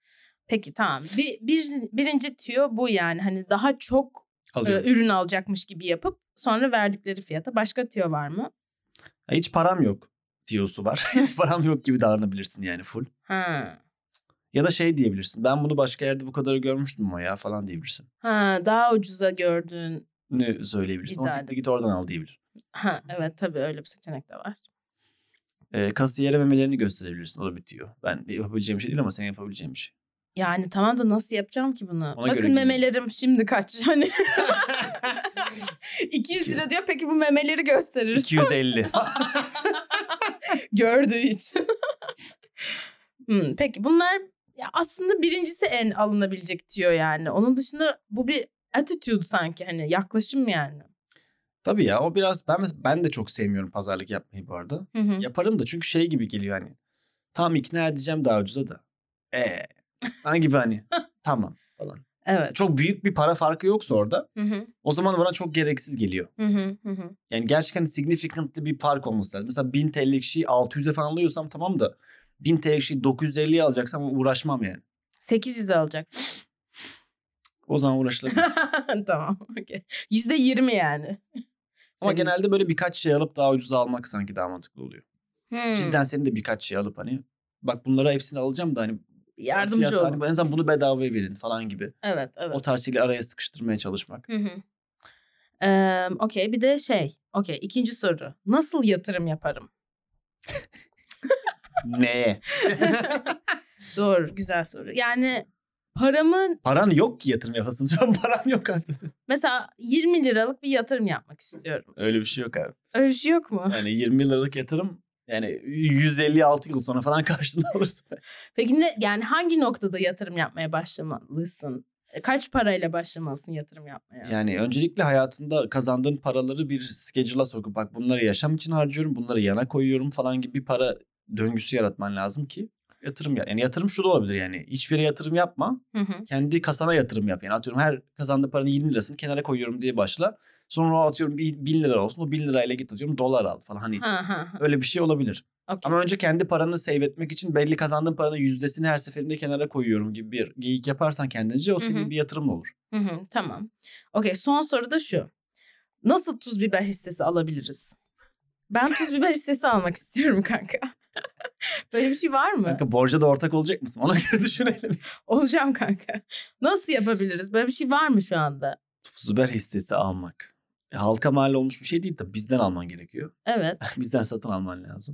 Peki tamam. Birinci tüyo bu yani. Hani daha çok ürün alacakmış gibi yapıp sonra verdikleri fiyata. Başka tüyo var mı? Hiç param yok tiyosu var. Hiç param yok gibi davranabilirsin yani full. Ha. Ya da diyebilirsin. Ben bunu başka yerde bu kadarı görmüştüm ama ya falan diyebilirsin. Ha, daha ucuza gördüğün. Ne söyleyebilirsin. O siktir git oradan al diyebilir. Ha, evet tabii öyle bir seçenek de var. Kasiyere memelerini gösterebilirsin. O da bitiyor. Ben yapabileceğim bir şey değil ama senin yapabileceğin bir şey. Yani tamam da nasıl yapacağım ki bunu? Ona bakın memelerim şimdi kaç? Hani 200 lira diyor, peki bu memeleri gösterir. 250. Gördüğü için. Peki bunlar aslında birincisi en alınabilecek diyor yani. Onun dışında bu bir attitude sanki, hani yaklaşım yani. Tabii ya, o biraz ben de çok sevmiyorum pazarlık yapmayı bu arada. Yaparım da çünkü gibi geliyor hani. Tam ikna edeceğim daha ucuza da. Gibi hani tamam falan. Evet. Çok büyük bir para farkı yoksa orada o zaman bana çok gereksiz geliyor. Yani gerçekten significant'lı bir fark olması lazım. Mesela 1000 TL'lik şeyi 600'e falan alıyorsam tamam da 1000 TL'lik şeyi 950'ye alacaksam uğraşmam yani. 800'e alacaksın. O zaman uğraşılabilir. Tamam. Okay. %20 yani. Ama genelde böyle birkaç şey alıp daha ucuza almak sanki daha mantıklı oluyor. Cidden senin de birkaç şey alıp hani bak bunlara hepsini alacağım da hani yardımcı olun. Hani en azından bunu bedavaya verin falan gibi. Evet. O tarz şeyleri araya sıkıştırmaya çalışmak. Okey, bir de ikinci soru. Nasıl yatırım yaparım? Neye? Doğru, güzel soru. Yani paran yok ki yatırım yapasın. Şu an paran yok artık. Mesela 20 liralık bir yatırım yapmak istiyorum. Öyle bir şey yok abi. Öyle bir şey yok mu? Yani 20 liralık yatırım yani 156 yıl sonra falan karşılığında alırsın. Peki yani hangi noktada yatırım yapmaya başlamalısın? Kaç parayla başlamalısın yatırım yapmaya? Yani öncelikle hayatında kazandığın paraları bir schedule'a sokup bak bunları yaşam için harcıyorum, bunları yana koyuyorum falan gibi bir para döngüsü yaratman lazım ki yatırım Yani yatırım şu da olabilir yani. Hiçbir yere yatırım yapma. Kendi kasana yatırım yap. Yani atıyorum her kazandığı paranın 20 lirasını kenara koyuyorum diye başla. Sonra atıyorum 1000 lira olsun. O 1000 lirayla git atıyorum dolar al falan. Hani öyle bir şey olabilir. Okay. Ama önce kendi paranı save etmek için belli kazandığın paranın %'sini her seferinde kenara koyuyorum gibi bir geyik yaparsan kendince o senin bir yatırım olur. Tamam. Okey, son soru da şu. Nasıl tuz biber hissesi alabiliriz? Ben tuz biber hissesi almak istiyorum kanka. Böyle bir şey var mı? Kanka borca da ortak olacak mısın? Ona göre düşünelim. Olacağım kanka. Nasıl yapabiliriz? Böyle bir şey var mı şu anda? Tuz biber hissesi almak. Halka mal olmuş bir şey değil tabii. Bizden alman gerekiyor. Evet. Bizden satın alman lazım.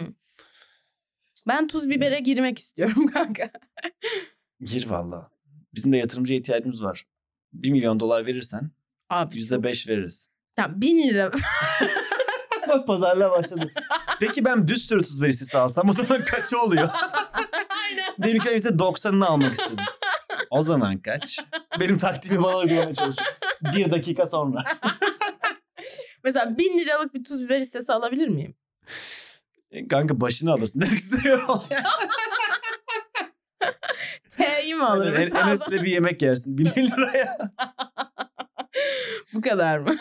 Ben tuz bibere girmek istiyorum kanka. Gir valla. Bizim de yatırımcıya ihtiyacımız var. 1 milyon dolar verirsen abi %5 veririz. Tamam 1000 lira. Bak pazarlığa başladı. Peki ben bir sürü tuz biber hissesi alsam o zaman kaçı oluyor? Aynen. Diyelim ki %90'ını almak istedim. O zaman kaç? Benim taktiğimi bana uygulamaya çalışıyor. 1 dakika sonra. Mesela 1000 liralık bir tuz biber hissesi alabilir miyim? Kanka başını alırsın. Demek istemiyorum. T'yi mi alırım? Yani Enes'le bir yemek yersin. 1000 liraya. Bu kadar mı?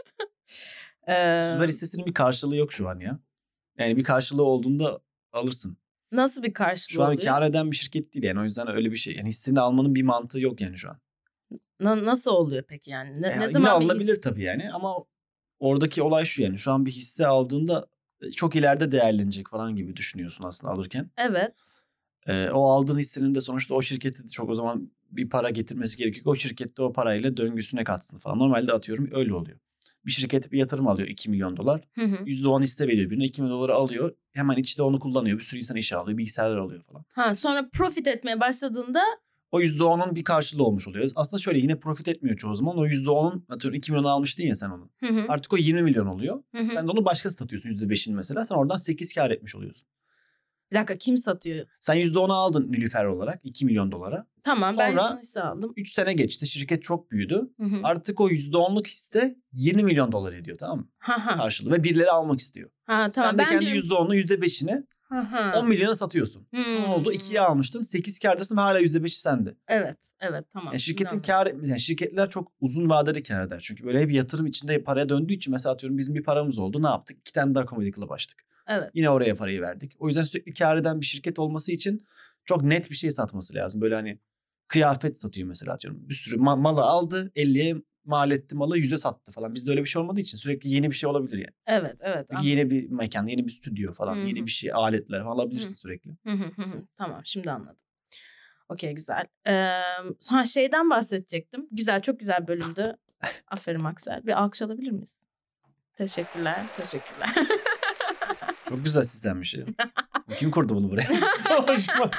Biber hissesinin bir karşılığı yok şu an ya. Yani bir karşılığı olduğunda alırsın. Nasıl bir karşılığı Şu an oluyor? kar eden bir şirket değil yani. O yüzden öyle bir şey. Yani hissini almanın bir mantığı yok yani şu an. Nasıl oluyor peki yani? Ne Yine zaman bir alınabilir tabii yani. Ama oradaki olay şu yani. Şu an bir hisse aldığında çok ileride değerlenecek falan gibi düşünüyorsun aslında alırken. Evet. O aldığın hissenin de sonuçta o şirkete de çok o zaman bir para getirmesi gerekiyor. O şirkette o parayla döngüsüne katsın falan. Normalde atıyorum öyle oluyor. Bir şirket bir yatırım alıyor 2 milyon dolar. Hı hı. %10 hisse veriyor birine. 2 milyon doları alıyor. Hemen içte onu kullanıyor. Bir sürü insan işe alıyor. Bilgisayarlar alıyor falan. Ha, sonra profit etmeye başladığında O %10'un bir karşılığı olmuş oluyor. Aslında şöyle yine profit etmiyor çoğu zaman. O %10'un atıyorum 2 milyon almıştın ya sen onu. hı hı. Artık o 20 milyon oluyor. Hı hı. Sen de onu başkası satıyorsun %5'ini mesela. Sen oradan 8 kar etmiş oluyorsun. Bir dakika, kim satıyor? Sen %10'u aldın Nilüfer olarak 2 milyon dolara. Tamam, ben Sonra- sana hisse aldım. 3 sene geçti. Şirket çok büyüdü. Hı hı. Artık o %10'luk hisse 20 milyon dolar ediyor, tamam mı? Ha. Karşılığı ve birileri almak istiyor. Ha, tamam. Sen de Ben kendi diyorum. %10'unu %5'ini 10 milyona satıyorsun. Ne oldu? 2'ye almıştın. 8 kârdasın ve hala %5'i sende. Evet, tamam. Yani şirketin Şimdi kâr, yani şirketler çok uzun vadeli kâr eder. Çünkü böyle bir yatırım içinde paraya döndüğü için mesela atıyorum bizim bir paramız oldu. Ne yaptık? 2 tane daha Comedy Club açtık. Evet. Yine oraya parayı verdik. O yüzden sürekli kâr eden bir şirket olması için çok net bir şey satması lazım. Böyle hani kıyafet satıyor mesela atıyorum. Bir sürü malı aldı, 50'ye mal etti malı, 100'e sattı falan. Bizde öyle bir şey olmadığı için sürekli yeni bir şey olabilir yani. Evet. Yeni bir mekan, yeni bir stüdyo falan, Hı hı. yeni bir şey, aletler falan alabilirsin sürekli. Hı. Tamam, şimdi anladım. Okey, güzel. Şeyden bahsedecektim. Güzel, çok güzel bölümdü. Aferin Aksel. Bir alkış alabilir miyiz? Teşekkürler. Çok güzel sistemmiş ya. Kim kurdu bunu buraya? Hoşuma.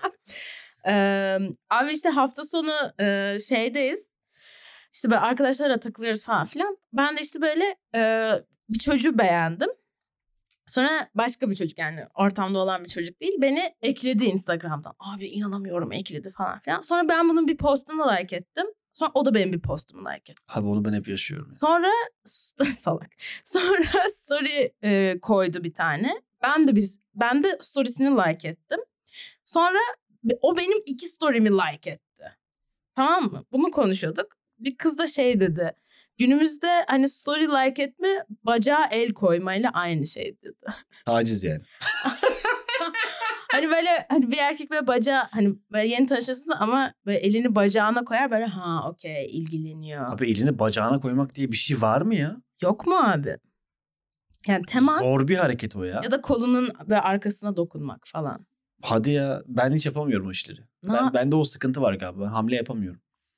Abi işte hafta sonu şeydeyiz. İşte böyle arkadaşlarla takılıyoruz falan filan. Ben de işte böyle bir çocuğu beğendim. Sonra başka bir çocuk, yani ortamda olan bir çocuk değil, beni ekledi Instagram'dan. Abi inanamıyorum, ekledi falan filan. Sonra ben bunun bir postunu like ettim. Sonra o da benim bir postumu like etti. Abi onu ben hep yaşıyorum. Ya. Sonra salak. Sonra story koydu bir tane. Ben de storiesini like ettim. Sonra o benim 2 story'mi like etti. Tamam mı? Bunu konuşuyorduk. Bir kız da şey dedi. Günümüzde hani story like etme bacağa el koymayla aynı şey dedi. Taciz yani. Hani böyle hani bir erkek böyle bacağı, hani böyle yeni tanışırsın ama böyle elini bacağına koyar, böyle ha okey, ilgileniyor. Abi elini bacağına koymak diye bir şey var mı ya? Yok mu abi? Yani temas Zor bir hareket o ya. ya da kolunun ve arkasına dokunmak falan. Hadi ya, ben hiç yapamıyorum o işleri. Bende o sıkıntı var galiba. Ben hamle yapamıyorum.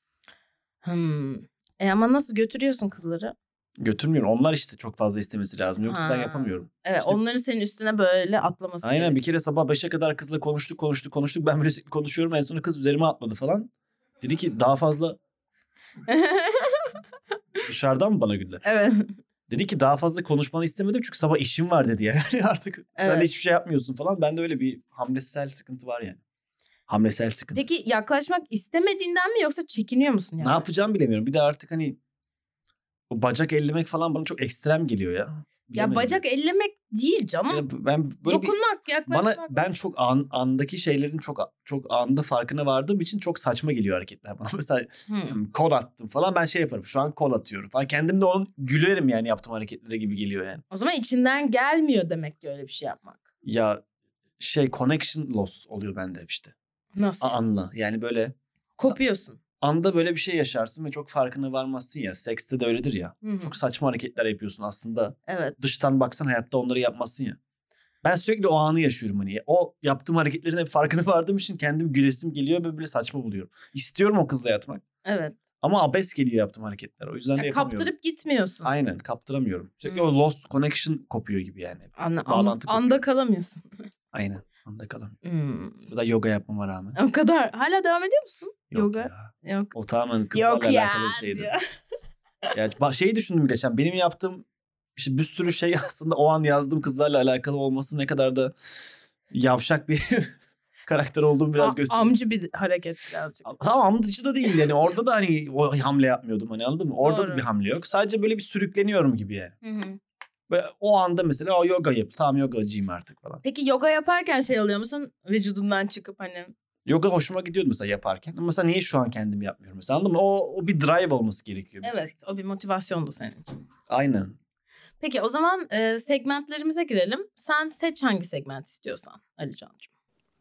Ama nasıl götürüyorsun kızları? Götürmüyorum. Onlar işte çok fazla istemesi lazım. Yoksa ben yapamıyorum. Evet, İşte, onların senin üstüne böyle atlaması aynen gerekiyor. bir kere sabah 5'e kadar kızla konuştuk. Ben böyle sürekli konuşuyorum. En sonunda kız üzerime atladı falan. Dedi ki daha fazla dışarıdan mı bana güldüler? Evet. Dedi ki daha fazla konuşmanı istemedim çünkü sabah işim var dedi yani. Artık sen Evet. de hiçbir şey yapmıyorsun falan. Bende öyle bir hamlesel sıkıntı var yani. Hamlesel sıkıntı. Peki yaklaşmak istemediğinden mi yoksa çekiniyor musun yani? Ne yapacağımı bilemiyorum. Bir de artık hani o bacak ellemek falan bana çok ekstrem geliyor ya. Ya Bilemedim. bacak ellemek değil canım. Ya ben böyle Dokunmak, yaklaşmak. ben çok andaki şeylerin çok anında farkına vardığım için çok saçma geliyor hareketler bana. Mesela kol attım falan, ben şey yaparım. Şu an kol atıyorum falan. Kendim de onun gülerim yani yaptığım hareketlere gibi geliyor yani. O zaman içinden gelmiyor demek ki öyle bir şey yapmak. Ya connection loss oluyor bende hep işte. Nasıl? Anla yani böyle Kopuyorsun. anda böyle bir şey yaşarsın ve çok farkına varmazsın ya. Sekste de öyledir ya. Hı. Çok saçma hareketler yapıyorsun aslında. Evet. Dıştan baksan hayatta onları yapmazsın ya. Ben sürekli o anı yaşıyorum hani. O yaptığım hareketlerin hep farkına vardığım için kendim gülesim geliyor ve böyle saçma buluyorum. İstiyorum o kızla yatmak. Evet. Ama abes geliyor yaptığım hareketler. O yüzden de yapamıyorum. Kaptırıp gitmiyorsun. Aynen, kaptıramıyorum. Sürekli o lost connection kopuyor gibi yani. Bağlantı kopuyor. Anda kalamıyorsun. Aynen. Anda kalamıyorum. Bu da yoga yapmama rağmen. O kadar. Hala devam ediyor musun? Yok Yoga. ya. Yok. O tamamen kızlarla alakalı bir şeydi. Yani şeyi düşündüm geçen. Benim yaptığım işte bir sürü şey aslında o an yazdığım kızlarla alakalı olması ne kadar da yavşak bir karakter olduğumu biraz göstereyim. Amcı bir hareket birazcık. Tamam, amcı da değil yani. Orada da hani o hamle yapmıyordum, hani anladın mı? Orada da Doğru. bir hamle yok. Sadece böyle bir sürükleniyorum gibi yani. Hı hı. Ve o anda mesela o yoga yap. Tamam, yogacıyım artık falan. Peki yoga yaparken şey oluyor musun? Vücudundan çıkıp hani... Yoga hoşuma gidiyordu mesela yaparken. Ama mesela niye şu an kendim yapmıyorum mesela, anladın mı? O bir drive olması gerekiyor. Bir Evet, tür. o bir motivasyondu senin için. Aynen. Peki o zaman segmentlerimize girelim. Sen seç hangi segment istiyorsan Ali Can'cığım.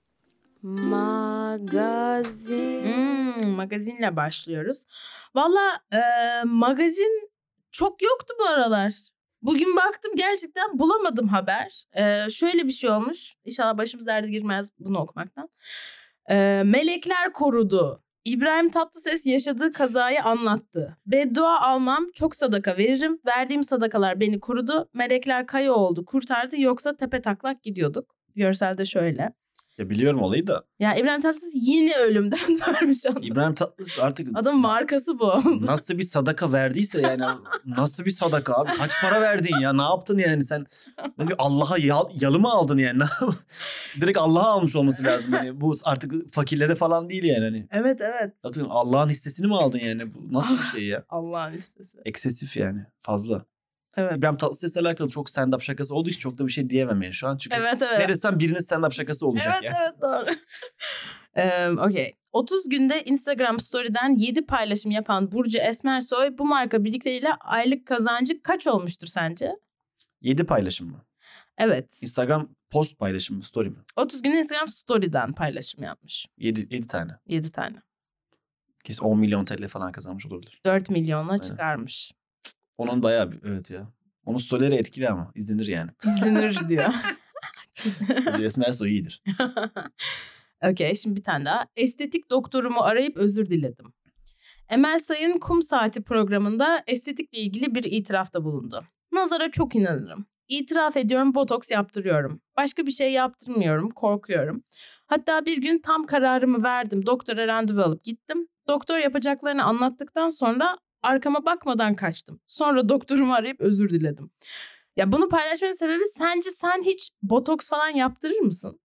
Magazin. Magazinle başlıyoruz. Valla magazin çok yoktu bu aralar. Bugün baktım gerçekten bulamadım haber. Şöyle bir şey olmuş. İnşallah başımız derde girmez bunu okumaktan. Melekler korudu. İbrahim Tatlıses yaşadığı kazayı anlattı. Beddua almam, çok sadaka veririm. Verdiğim sadakalar beni korudu. Melekler kaya oldu, kurtardı. Yoksa tepe taklak gidiyorduk. Görselde şöyle. Ya biliyorum olayı da. Ya İbrahim Tatlıses yeni ölümden dönmüş. İbrahim Tatlıses artık Adam markası bu. nasıl bir sadaka verdiyse yani, nasıl bir sadaka abi? Kaç para verdin ya? Ne yaptın yani sen? Allah'a yalı mı aldın yani? Direkt Allah'a almış olması lazım. Yani bu artık fakirlere falan değil yani. Hani. Evet. Zaten Allah'ın hissesini mi aldın yani? Bu nasıl bir şey ya? Allah'ın listesi. Eksesif yani, fazla. Evet. İbrahim Tatlıses'le alakalı çok stand-up şakası olduğu için çok da bir şey diyemem yani şu an. Çünkü Evet. ne desem birinin stand-up şakası olacak yani. Evet doğru. Okey. 30 günde Instagram Story'den 7 paylaşım yapan Burcu Esmersoy bu marka birlikleriyle aylık kazancı kaç olmuştur sence? 7 paylaşım mı? Evet. Instagram post paylaşım mı? Story mi? 30 günde Instagram Story'den paylaşım yapmış. 7 tane. 7 tane. Kesin 10 milyon TL falan kazanmış olabilir. 4 milyonla çıkarmış. Onun bayağı bir, evet ya. Onun storyleri etkili ama izlenir yani. İzlenir diyor. Burcu Esmersoy iyidir. Okey, şimdi bir tane daha. Estetik doktorumu arayıp özür diledim. Emel Sayın Kum Saati programında estetikle ilgili bir itirafta bulundu. Nazara çok inanırım. İtiraf ediyorum, botoks yaptırıyorum. Başka bir şey yaptırmıyorum, korkuyorum. Hatta bir gün tam kararımı verdim. Doktora randevu alıp gittim. Doktor yapacaklarını anlattıktan sonra arkama bakmadan kaçtım. Sonra doktorumu arayıp özür diledim. Ya bunu paylaşmanın sebebi, sence sen hiç botoks falan yaptırır mısın?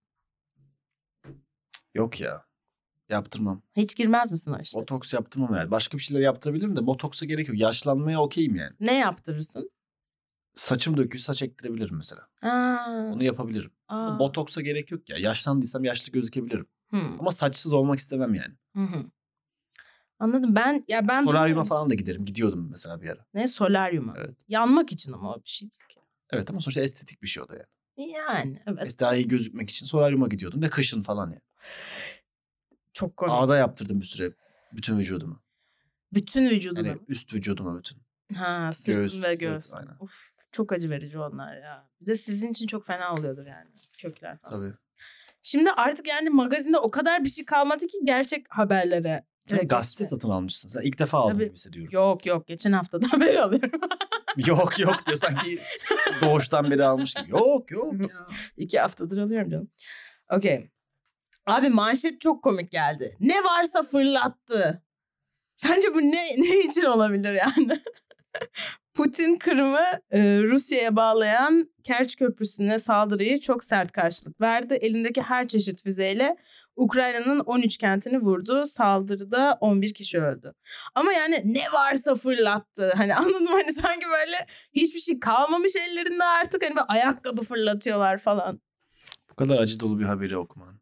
Yok ya. Yaptırmam. Hiç girmez misin o işe? Botoks yaptırmam yani. Başka bir şeyler yaptırabilirim de botoksa gerek yok. Yaşlanmaya okeyim yani. Ne yaptırırsın? Saçım dökülse saç ektirebilirim mesela. Onu yapabilirim. Botoksa gerek yok ya. Yaşlandıysam yaşlı gözükebilirim. Ama saçsız olmak istemem yani. Anladım. Ben Solaryuma falan da giderim. Gidiyordum mesela bir ara. Ne solaryuma? Evet. Yanmak için ama o bir şey değil ki. Evet ama sonuçta estetik bir şey o da yani. Yani evet. Daha iyi gözükmek için solaryuma gidiyordum ve kışın falan yani. Çok komik. Ağda yaptırdım bir süre bütün vücudumu. Bütün vücudunu. Yani üst vücuduma bütün. Ha, sırtın Göğüs, ve göğüs. sırt, aynen. Uf, çok acı verici onlar ya. Bir de sizin için çok fena oluyordur yani. Kökler falan. Tabii. Şimdi artık yani magazinde o kadar bir şey kalmadı ki gerçek haberlere. Sen gazete satın almışsın. Sen ilk defa aldın Tabii. gibi hissediyorum. Yok. Geçen haftadan beri alıyorum. yok diyor sanki doğuştan beri almış gibi. Yok ya. 2 haftadır alıyorum canım. Okey. Abi manşet çok komik geldi. Ne varsa fırlattı. Sence bu ne için olabilir yani? Putin Kırım'ı Rusya'ya bağlayan Kerç Köprüsü'ne saldırıyı çok sert karşılık verdi. Elindeki her çeşit füzeyle Ukrayna'nın 13 kentini vurdu. Saldırıda 11 kişi öldü. Ama yani ne varsa fırlattı. Hani anladın mı? Hani sanki böyle hiçbir şey kalmamış ellerinde artık. Hani böyle ayakkabı fırlatıyorlar falan. Bu kadar acı dolu bir haberi okuman.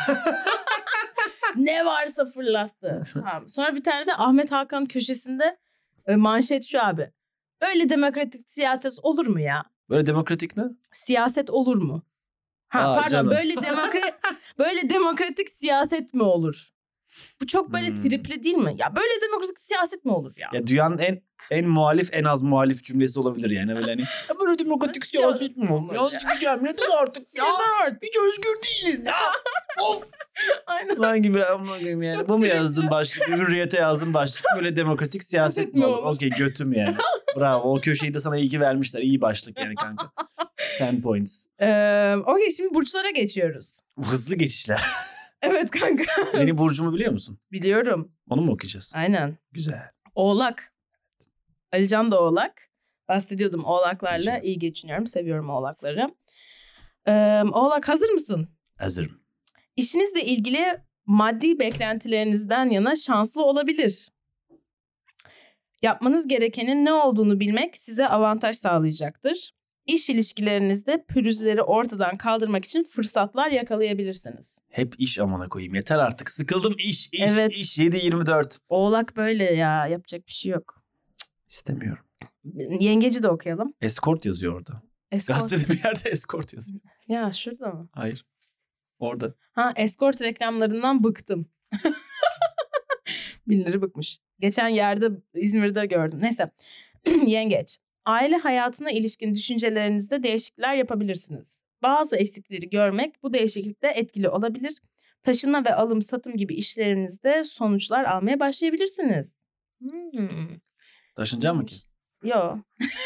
Ne varsa fırlattı. Tamam. Sonra bir tane de Ahmet Hakan köşesinde manşet şu abi. Böyle demokratik siyaset olur mu ya? Böyle demokratik ne? Siyaset olur mu? Pardon, canım. böyle demokratik siyaset mi olur? Bu çok böyle tripli değil mi? Ya böyle demokratik siyaset mi olur ya? Ya dünyanın en muhalif, en az muhalif cümlesi olabilir yani. Böyle hani ya böyle demokratik siyaset mi olur? Ya çıkacağım yeter artık ya. Hiç özgür değiliz ya. Of. Aynen. Lan gibi yani. Bu mu yazdın başlık? Hürriyete yazdın başlık. Böyle demokratik siyaset mi olur? Okey, götüm yani. Bravo. O köşeyi de sana iyi ki vermişler. İyi başlık yani kanka. 10 points. Okey, şimdi burçlara geçiyoruz. Hızlı geçişler. Evet kanka. Benim burcumu biliyor musun? Biliyorum. Onu mu okuyacağız? Aynen. Güzel. Oğlak. Alican da oğlak. Bahsediyordum oğlaklarla. Güzel. İyi geçiniyorum. Seviyorum oğlakları. Oğlak hazır mısın? Hazırım. İşinizle ilgili maddi beklentilerinizden yana şanslı olabilir. Yapmanız gerekenin ne olduğunu bilmek size avantaj sağlayacaktır. İş ilişkilerinizde pürüzleri ortadan kaldırmak için fırsatlar yakalayabilirsiniz. Hep iş amına koyayım. Yeter artık. Sıkıldım iş. Evet. İş 7-24. Oğlak böyle ya, yapacak bir şey yok. İstemiyorum. Yengeci de okuyalım. Escort yazıyor orada. Escort. Gazetede bir yerde escort yazıyor. Ya şurada mı? Hayır. Orada. Ha, escort reklamlarından bıktım. Birileri bıkmış. Geçen yerde İzmir'de gördüm. Neyse. Yengeç. Aile hayatına ilişkin düşüncelerinizde değişiklikler yapabilirsiniz. Bazı eksikleri görmek bu değişiklikte etkili olabilir. Taşınma ve alım satım gibi işlerinizde sonuçlar almaya başlayabilirsiniz. Taşınacak mı ki? Yo.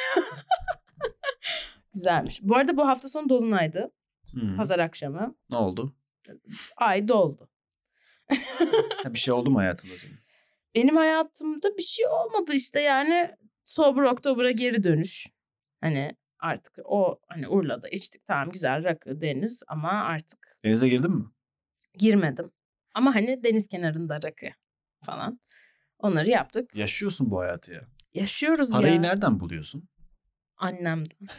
Güzelmiş. Bu arada bu hafta sonu dolunaydı. Pazar akşamı. Ne oldu? Ay doldu. Bir şey oldu mu hayatında senin? Benim hayatımda bir şey olmadı işte, yani Sober Oktober'a geri dönüş. Hani artık o hani Urla'da içtik, tamam, güzel rakı, deniz, ama artık Denize girdin mi? girmedim. Ama hani deniz kenarında rakı falan. Onları yaptık. Yaşıyorsun bu hayatı ya. Yaşıyoruz Parayı ya. nereden buluyorsun? Annemden.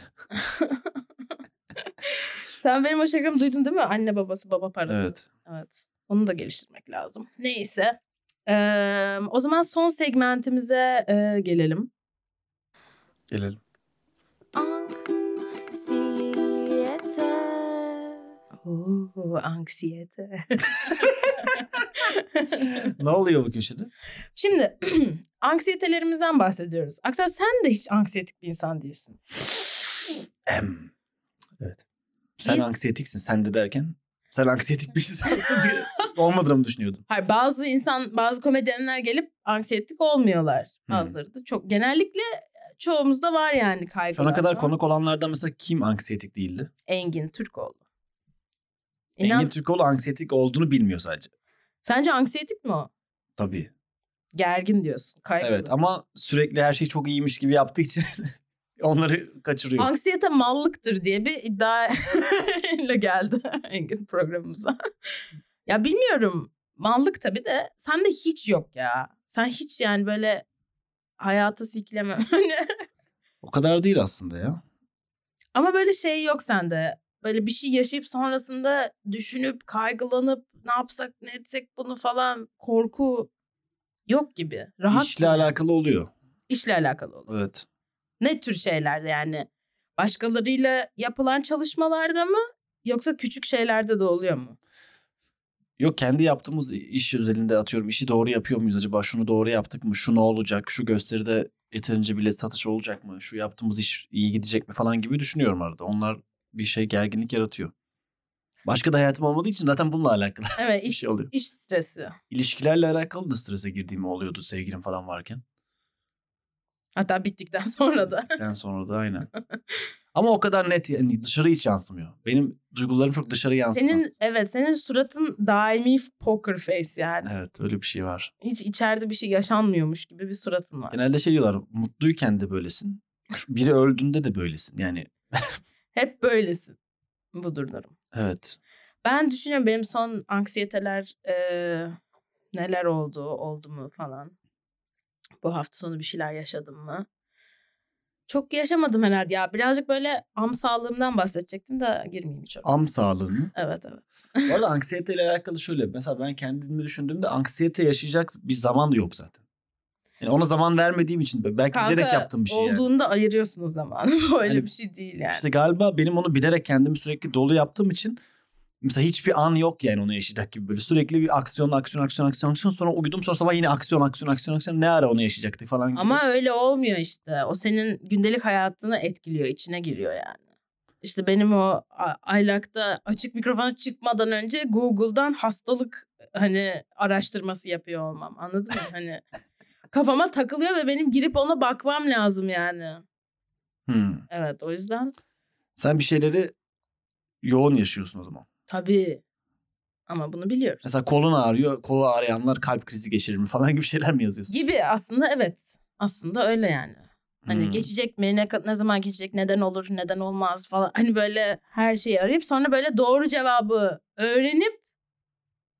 Sen benim o şakamı duydun değil mi? Anne babası baba parası. Evet. Evet. Onu da geliştirmek lazım. Neyse. O zaman son segmentimize gelelim. Gelelim. Anksiyete. Ne oluyor bu köşede? Şimdi anksiyetelerimizden bahsediyoruz. Aksel, sen de hiç anksiyetik bir insan değilsin. Evet. Sen Biz- anksiyetiksin. Sen de derken sen anksiyetik bir insansın diye olmadığını mı düşünüyordun? Hayır, bazı komedyenler gelip anksiyetik olmuyorlar. Bazıları da çok. Genellikle çoğumuzda var yani kaygılar. Şu ana kadar falan. konuk olanlardan mesela kim anksiyetik değildi? Engin Türkoğlu. Engin Türkoğlu anksiyetik olduğunu bilmiyor sadece. Sence anksiyetik mi o? Tabii. Gergin diyorsun. Kaygılı. Evet, ama sürekli her şey çok iyiymiş gibi yaptığı için onları kaçırıyor. Anksiyete mallıktır diye bir iddia ile geldi Engin programımıza. Ya bilmiyorum. Mallık tabii de sende hiç yok ya. Sen hiç yani böyle hayatı sikleme. O kadar değil aslında ya. Ama böyle şey yok sende. Böyle bir şey yaşayıp sonrasında düşünüp kaygılanıp ne yapsak ne etsek bunu falan, korku yok gibi. Rahat. İşle alakalı oluyor. İşle alakalı olur. Evet. Ne tür şeylerde yani? Başkalarıyla yapılan çalışmalarda mı? Yoksa küçük şeylerde de oluyor mu? Yok, kendi yaptığımız iş özelinde atıyorum. İşi doğru yapıyor muyuz acaba? Şunu doğru yaptık mı? Şu ne olacak? Şu gösteride yeterince bilet satışı olacak mı? Şu yaptığımız iş iyi gidecek mi falan gibi düşünüyorum arada. Onlar bir şey, gerginlik yaratıyor. Başka da hayatım olmadığı için zaten bununla alakalı Evet, bir şey oluyor. iş stresi. İlişkilerle alakalı da strese girdiğim oluyordu sevgilim falan varken. Hatta bittikten sonra da. Bittikten sonra da aynen. Ama o kadar net, yani dışarı hiç yansımıyor. Benim duygularım çok dışarı yansımaz. Senin suratın daimi poker face yani. Evet, öyle bir şey var. Hiç içeride bir şey yaşanmıyormuş gibi bir suratın var. Genelde şey diyorlar, mutluyken de böylesin. Biri öldüğünde de böylesin. Yani Hep böylesin. Budur durum. evet. Ben düşünüyorum benim son anksiyeteler neler oldu mu falan. Bu hafta sonu bir şeyler yaşadım mı? Çok yaşamadım herhalde ya. Birazcık böyle sağlığımdan bahsedecektim de girmeyeyim çok. Am sağlığını. Evet. Bu arada anksiyeteyle alakalı şöyle. Mesela ben kendimi düşündüğümde anksiyete yaşayacak bir zaman da yok zaten. Yani ona zaman vermediğim için belki bilerek yaptığım bir şey yani. Olduğunda ayırıyorsun o zaman. Öyle Yani bir şey değil yani. İşte galiba benim onu bilerek kendimi sürekli dolu yaptığım için mesela hiçbir an yok yani onu yaşayacak gibi, böyle sürekli bir aksiyon sonra uyudum, sonra sabah yine aksiyon ne ara onu yaşayacaktık falan gibi. Ama öyle olmuyor işte. O senin gündelik hayatını etkiliyor, içine giriyor yani. İşte benim o aylakta açık mikrofona çıkmadan önce Google'dan hastalık hani araştırması yapıyor olmam. Anladın mı? Hani kafama takılıyor ve benim girip ona bakmam lazım yani. Evet, o yüzden. Sen bir şeyleri yoğun yaşıyorsun o zaman. Tabii. Ama bunu biliyoruz. Mesela kolun ağrıyor. Kolu ağrıyanlar kalp krizi geçirir mi falan gibi şeyler mi yazıyorsun? Gibi aslında, evet. Aslında öyle yani. Hani geçecek mi? Ne zaman geçecek? Neden olur? Neden olmaz falan. Hani böyle her şeyi arayıp sonra böyle doğru cevabı öğrenip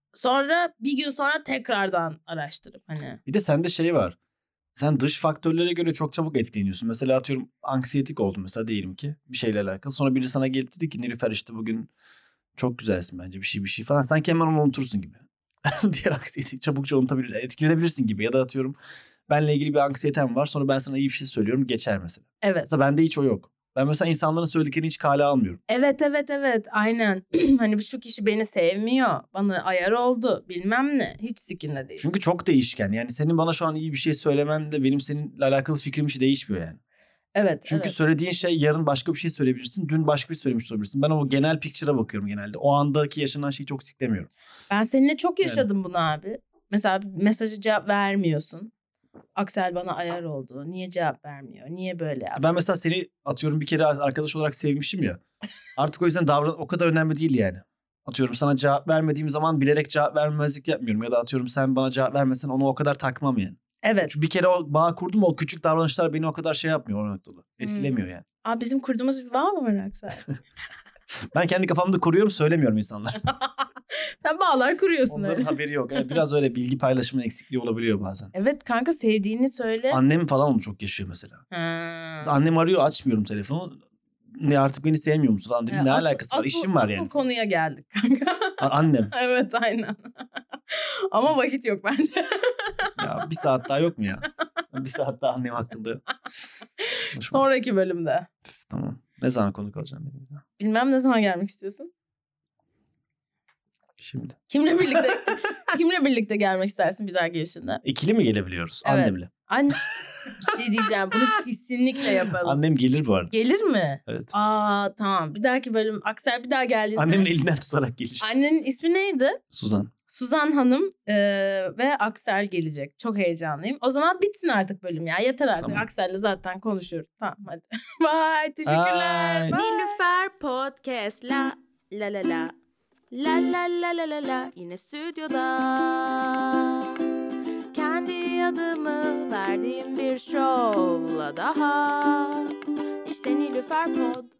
Sonra bir gün sonra tekrardan araştırıp hani. Bir de sende şey var. Sen dış faktörlere göre çok çabuk etkileniyorsun. Mesela atıyorum anksiyetik oldun mesela diyelim ki bir şeyle alakalı. Sonra biri sana gelip dedi ki Nilüfer işte bugün çok güzelsin bence bir şey falan. Sanki hemen onu unutursun gibi. Diğer anksiyeti çabukça unutabilir, etkilenebilirsin gibi. Ya da atıyorum benle ilgili bir anksiyetem var. Sonra ben sana iyi bir şey söylüyorum geçer mesela. Evet. Mesela bende hiç o yok. Ben mesela insanların söylediklerini hiç kale almıyorum. Evet aynen. Hani şu kişi beni sevmiyor. Bana ayar oldu bilmem ne. Hiç sikinde değil. Çünkü çok değişken. Yani senin bana şu an iyi bir şey söylemen de benim seninle alakalı fikrim hiç değişmiyor yani. Evet. Çünkü söylediğin şey yarın başka bir şey söyleyebilirsin. Dün başka bir şey söylemiş olabilirsin. Ben o genel picture'a bakıyorum genelde. O andaki yaşanan şeyi çok siklemiyorum. Ben seninle çok yaşadım bunu abi. Mesela mesajı cevap vermiyorsun. Aksel bana ayar oldu. Niye cevap vermiyor? Niye böyle yaptı? Ben mesela seni atıyorum bir kere arkadaş olarak sevmişim ya. Artık o yüzden o kadar önemli değil yani. Atıyorum sana cevap vermediğim zaman bilerek cevap vermemezlik yapmıyorum. Ya da atıyorum sen bana cevap vermesen onu o kadar takmam yani. Evet. Çünkü bir kere o bağ kurdum, o küçük davranışlar beni o kadar şey yapmıyor o noktada. Etkilemiyor yani. Abi bizim kurduğumuz bir bağ mı var Aksel? Ben kendi kafamda kuruyorum, söylemiyorum insanlara. Sen bağlar kuruyorsun Onların öyle. haberi yok. Yani biraz öyle bilgi paylaşımı eksikliği olabiliyor bazen. Evet kanka sevdiğini söyle. Annem falan onu çok yaşıyor mesela. Mesela annem arıyor, açmıyorum telefonu. Ne artık beni sevmiyor musun falan dedim. Ne alakası var? İşim var yani. Asıl konuya geldik kanka. Annem. Evet aynen. Ama vakit yok bence. Ya bir saat daha yok mu ya? Bir saat daha annem hakkında. Sonraki bölümde. Tamam. Ne zaman konuk alacağım benim bir daha? Bilmem ne zaman gelmek istiyorsun? Şimdi. Kimle birlikte gelmek istersin bir daha gelişinde? İkili mi gelebiliyoruz? Evet. Annemle. Bir şey diyeceğim. Bunu kesinlikle yapalım. Annem gelir bu arada. Gelir mi? Evet. Tamam. Bir dahaki bölüm Aksel bir daha geldiğinde. Annemin elinden tutarak gelir. Annenin ismi neydi? Suzan. Suzan Hanım ve Aksel gelecek. Çok heyecanlıyım. O zaman bitsin artık bölüm ya. Yeter artık. Tamam. Aksel'le zaten konuşuyoruz. Tamam hadi. Bye. Teşekkürler. Bye. Bye. Nilüfer Podcast la la la la. La la la la la la yine stüdyoda. Kendi adımı verdiğim bir şovla daha. İşte Nilüfer Pod.